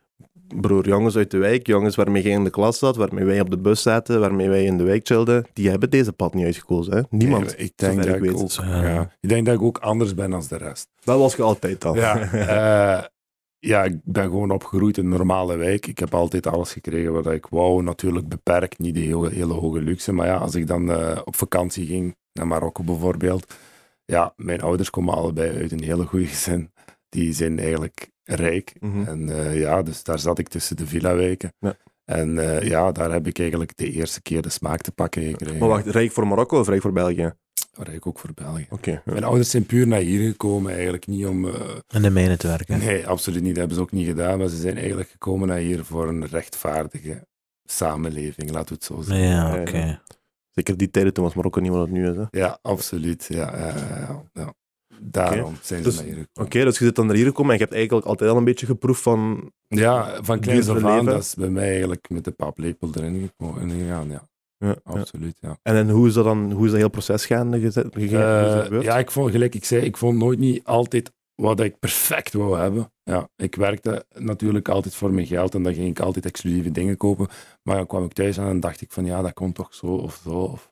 Broer, jongens uit de wijk, jongens waarmee jij in de klas zat, waarmee wij op de bus zaten, waarmee wij in de wijk chillden, die hebben deze pad niet uitgekozen. Hè? Niemand, nee, ik denk dat ik, ik, ook, ja. ik denk dat ik ook anders ben dan de rest. Dat was je altijd al. Ja, uh, ja, ik ben gewoon opgegroeid in een normale wijk. Ik heb altijd alles gekregen wat ik wou. Natuurlijk beperkt, niet de hele, hele hoge luxe. Maar ja, als ik dan uh, op vakantie ging, naar Marokko bijvoorbeeld. Ja, mijn ouders komen allebei uit een hele goede gezin. Die zijn eigenlijk rijk. Mm-hmm. En uh, ja, dus daar zat ik tussen de villa-wijken. Ja. En uh, ja, daar heb ik eigenlijk de eerste keer de smaak te pakken gekregen. Maar wacht, rijk voor Marokko of rijk voor België? Rijk ook voor België. Okay, ja. Mijn ouders zijn puur naar hier gekomen, eigenlijk niet om... Uh... in de mijnen te werken? Nee, absoluut niet. Dat hebben ze ook niet gedaan. Maar ze zijn eigenlijk gekomen naar hier voor een rechtvaardige samenleving, laten we het zo zeggen. Ja, oké. Okay. Ja. Zeker die tijden toen was Marokko niet wat het nu is. Hè? Ja, absoluut. Ja, ja, ja, ja. Daarom okay. zijn ze dus, naar hier gekomen. Oké, okay, dus je zit dan naar hier gekomen en je hebt eigenlijk altijd al een beetje geproefd van... Ja, van kleins af aan, dat is bij mij eigenlijk met de paplepel erin gegaan, ja. Ja, absoluut, ja. En, en hoe is dat dan, hoe is dat heel proces gaande gezet? Uh, ja, ik vond, gelijk ik zei, ik vond nooit niet altijd wat ik perfect wou hebben. Ja, ik werkte natuurlijk altijd voor mijn geld en dan ging ik altijd exclusieve dingen kopen. Maar dan kwam ik thuis aan en dacht ik van, ja, dat kon toch zo of zo. Of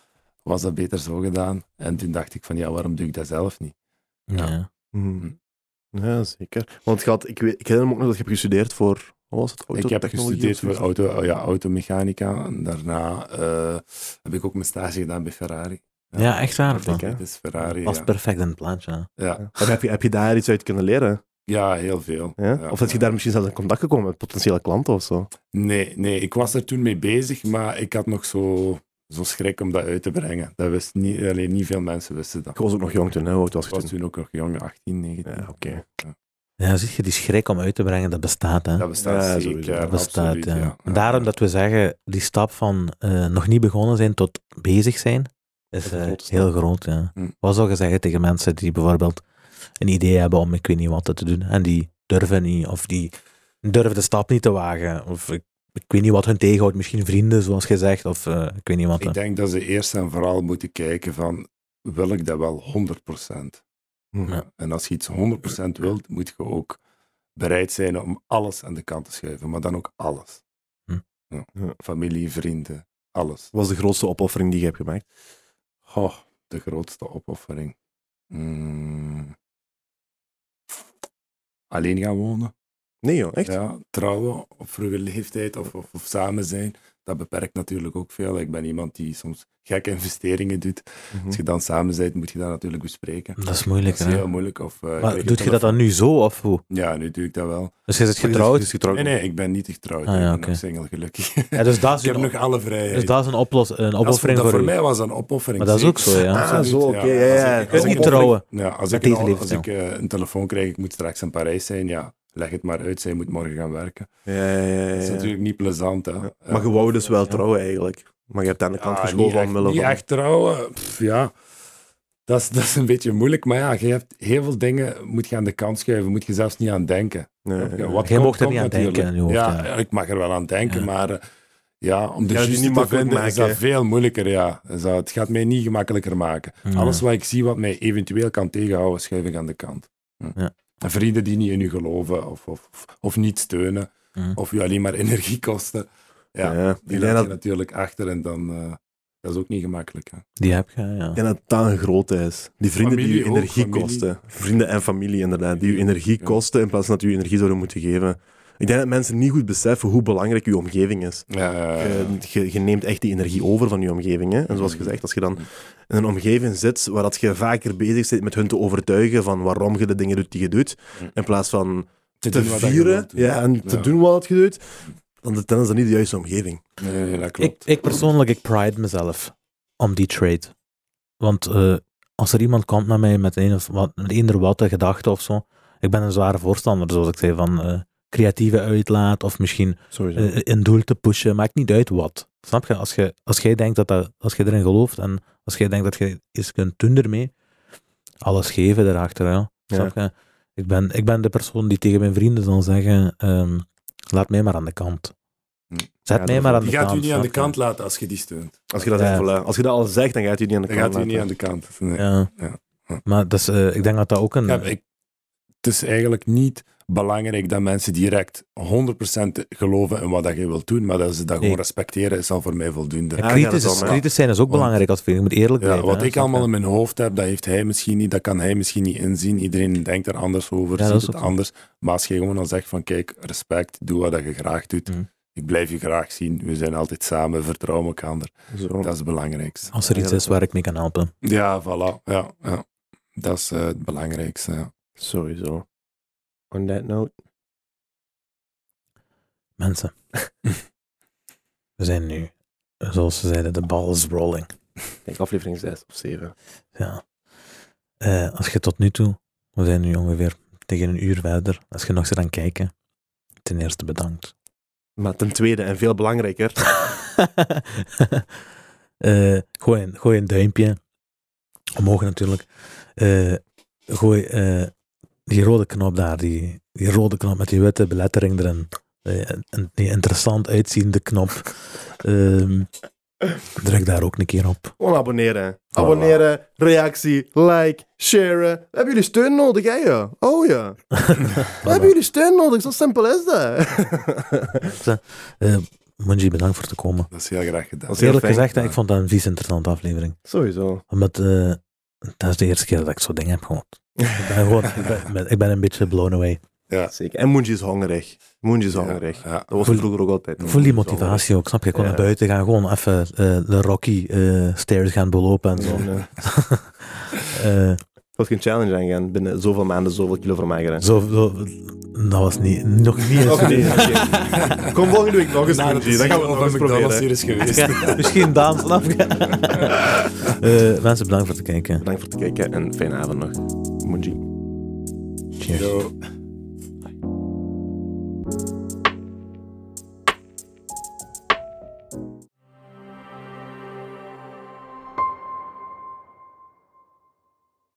was dat beter zo gedaan? En toen dacht ik van, ja, waarom doe ik dat zelf niet? Ja, ja. Hmm. ja zeker. Want had, ik, weet, ik herinner me ook nog dat je hebt gestudeerd voor... Wat was het? Ik heb gestudeerd voor auto, ja, automechanica. En daarna uh, heb ik ook mijn stage gedaan bij Ferrari. Ja, ja echt waar. Dat is Ferrari, was ja. perfect in het plaatje. Ja. Ja. Heb, je, heb je daar iets uit kunnen leren? Ja, heel veel. Ja? Ja, of had je daar misschien zelfs in contact gekomen met potentiële klanten of zo? Nee, nee, ik was er toen mee bezig, maar ik had nog zo, zo schrik om dat uit te brengen. Dat wist niet, alleen niet veel mensen wisten dat. Ik was ook nog jong toen, hè? Hoe was ik was toen? toen ook nog jong, achttien, negentien. Ja, oké. Okay. Ja. Ja, zie je, die schrik om uit te brengen, dat bestaat, hè? Dat bestaat ja, zeker. Dat bestaat, absoluut, ja. ja. En daarom dat we zeggen, die stap van uh, nog niet begonnen zijn tot bezig zijn, is uh, heel groot, ja. Hm. Wat zou je zeggen tegen mensen die bijvoorbeeld een idee hebben om ik weet niet wat te doen, en die durven niet, of die durven de stap niet te wagen, of ik, ik weet niet wat hun tegenhoudt, misschien vrienden, zoals je zegt, of uh, ik weet niet wat. Ik denk dat ze eerst en vooral moeten kijken van, wil ik dat wel honderd procent? Ja. En als je iets honderd procent wilt, moet je ook bereid zijn om alles aan de kant te schuiven, maar dan ook alles. Hm. Ja. Ja. Familie, vrienden, alles. Wat was de grootste opoffering die je hebt gemaakt? Oh, de grootste opoffering. Hmm. Alleen gaan wonen. Nee joh, echt? Ja, trouwen op vroege leeftijd of, of, of samen zijn. Dat beperkt natuurlijk ook veel. Ik ben iemand die soms gekke investeringen doet. Mm-hmm. Als je dan samen bent, moet je dat natuurlijk bespreken. Dat is moeilijk, Dat is heel moeilijk. Of, uh, maar doe je dat dan nu zo, of hoe? Ja, nu doe ik dat wel. Dus je zit getrouwd? Is getrouwd? Nee, nee, ik ben niet getrouwd. Ah, ja, ik ben okay. nog single, gelukkig. Ja, dus dat is ik heb een, nog alle vrijheid. Dus dat is een, oplos, een opoffering dat voor voor u? mij was dat een opoffering. Maar dat is ook zo, ja. Ah, zo, oké. Okay, ja, ja. Je kunt niet trouwen. Ja, als ik, al, als ik uh, een telefoon krijg, ik moet straks in Parijs zijn, ja. Leg het maar uit, zij moet morgen gaan werken. Ja, ja, ja, ja. Dat is natuurlijk niet plezant. Hè. Ja. Maar je wou dus wel trouwen eigenlijk. Maar je hebt aan de kant ja, geschoven omwille van... Niet echt trouwen, Pff, ja. Dat is, dat is een beetje moeilijk, maar ja, je hebt heel veel dingen, moet je aan de kant schuiven, moet je zelfs niet aan denken. Nee, ja, wat je mocht er niet aan natuurlijk. denken. In je hoofd, ja, ja, ik mag er wel aan denken, ja. maar uh, ja, om de ja, juiste niet te vinden maken. is dat veel moeilijker. Ja. Dus dat, het gaat mij niet gemakkelijker maken. Ja. Alles wat ik zie wat mij eventueel kan tegenhouden, schuif ik aan de kant. Ja. Ja. En vrienden die niet in u geloven of, of, of, of niet steunen, mm. of u alleen maar energie kosten, ja, ja, die laat je dat... natuurlijk achter en dan, uh, dat is ook niet gemakkelijk. Hè. Die heb je, ja. En dat dat een grote is. Die vrienden familie die u energie ook, kosten. Vrienden en familie inderdaad, die u energie ja. kosten in plaats van dat u energie zouden moeten geven. Ik denk dat mensen niet goed beseffen hoe belangrijk je omgeving is. Ja, ja, ja. Je, je, je neemt echt die energie over van je omgeving. Hè? En zoals gezegd, als je dan in een omgeving zit waar dat je vaker bezig bent met hun te overtuigen van waarom je de dingen doet die je doet, in plaats van te, te vieren ja, en te ja. doen wat je doet, dan, dan is dat niet de juiste omgeving. Nee, nee, dat klopt. Ik, ik persoonlijk, ik pride mezelf om die trade. Want uh, als er iemand komt naar mij met een of wat, met eender wat een gedachte of zo, ik ben een zware voorstander, zoals ik zei, van uh, creatieve uitlaat of misschien uh, een doel te pushen, maakt niet uit wat. Snap je? Als je, als jij denkt dat, dat als je erin gelooft en als jij denkt dat je iets kunt doen ermee, alles geven daarachter, ja. Snap je? Ik ben, ik ben de persoon die tegen mijn vrienden zal zeggen, um, laat mij maar aan de kant. Zet ja, mij maar aan de kant. Je gaat u niet aan de kant laten als je die steunt. Als je dat, ja. voilà. Als je dat al zegt, dan gaat u niet aan de dan kant gaat u niet aan de kant. Nee. Ja. Ja. Ja. Maar dus, uh, ik denk dat dat ook een... Ja, ik, het is eigenlijk niet belangrijk dat mensen direct honderd procent geloven in wat dat je wilt doen, maar dat ze dat nee. gewoon respecteren is al voor mij voldoende. Ja, kritisch, is, kritisch zijn is ook Want, belangrijk als je moet eerlijk blijven. Ja, wat hè, ik allemaal in mijn hoofd heb, dat heeft hij misschien niet, dat kan hij misschien niet inzien. Iedereen denkt er anders over, ja, ziet het anders. Maar als je gewoon dan zegt van kijk, respect, doe wat je graag doet. Mm. Ik blijf je graag zien. We zijn altijd samen, vertrouwen elkaar. Zo. Dat is het belangrijkste. Als er iets is waar ik mee kan helpen. Ja, voilà. Ja, ja. Dat is uh, het belangrijkste. Ja. Sowieso. On that note. Mensen. We zijn nu, zoals ze zeiden, de ball is rolling. Ik denk aflevering zes of zeven. Ja. Uh, als je tot nu toe, we zijn nu ongeveer tegen een uur verder, als je nog zit aan kijken, ten eerste bedankt. Maar ten tweede, en veel belangrijker... uh, gooi, een, gooi een duimpje. Omhoog natuurlijk. Uh, gooi uh, die rode knop daar, die, die rode knop met die witte belettering erin. Uh, en die interessant uitziende knop. Uh, druk daar ook een keer op. Gewoon abonneren. Abonneren, reactie, like, sharen. Hebben jullie steun nodig, hè? Ja? Oh ja. Hebben jullie steun nodig? Zo simpel is dat. uh, Munji, bedankt voor te komen. Dat is heel graag gedaan. Eerlijk gezegd, ja. Ik vond dat een vies interessante aflevering. Sowieso. Omdat, uh, dat is de eerste keer dat ik zo'n ding heb gehoord. Ik ben gewoon, ik ben, ik ben een beetje blown away. Ja, zeker. En Munji is hongerig. Munji is hongerig. Ja, ja. Dat was voel, vroeger ook altijd. Voel die motivatie ook, snap je? Ik kon ja. naar buiten gaan, gewoon even uh, de Rocky uh, stairs gaan belopen en zo. Ja. uh, was geen challenge aangaan. Binnen zoveel maanden zoveel kilo vermageren. Zo, zo, dat was niet, nog niet eens. Okay, nee, okay. Kom volgende week nog eens, Munji. Dan gaan we nog eens proberen. Hier is geweest. Ja, misschien Daan, snap je? uh, mensen, bedankt voor het kijken. Bedankt voor het kijken en fijne avond nog. Munji. Cheers. Yo.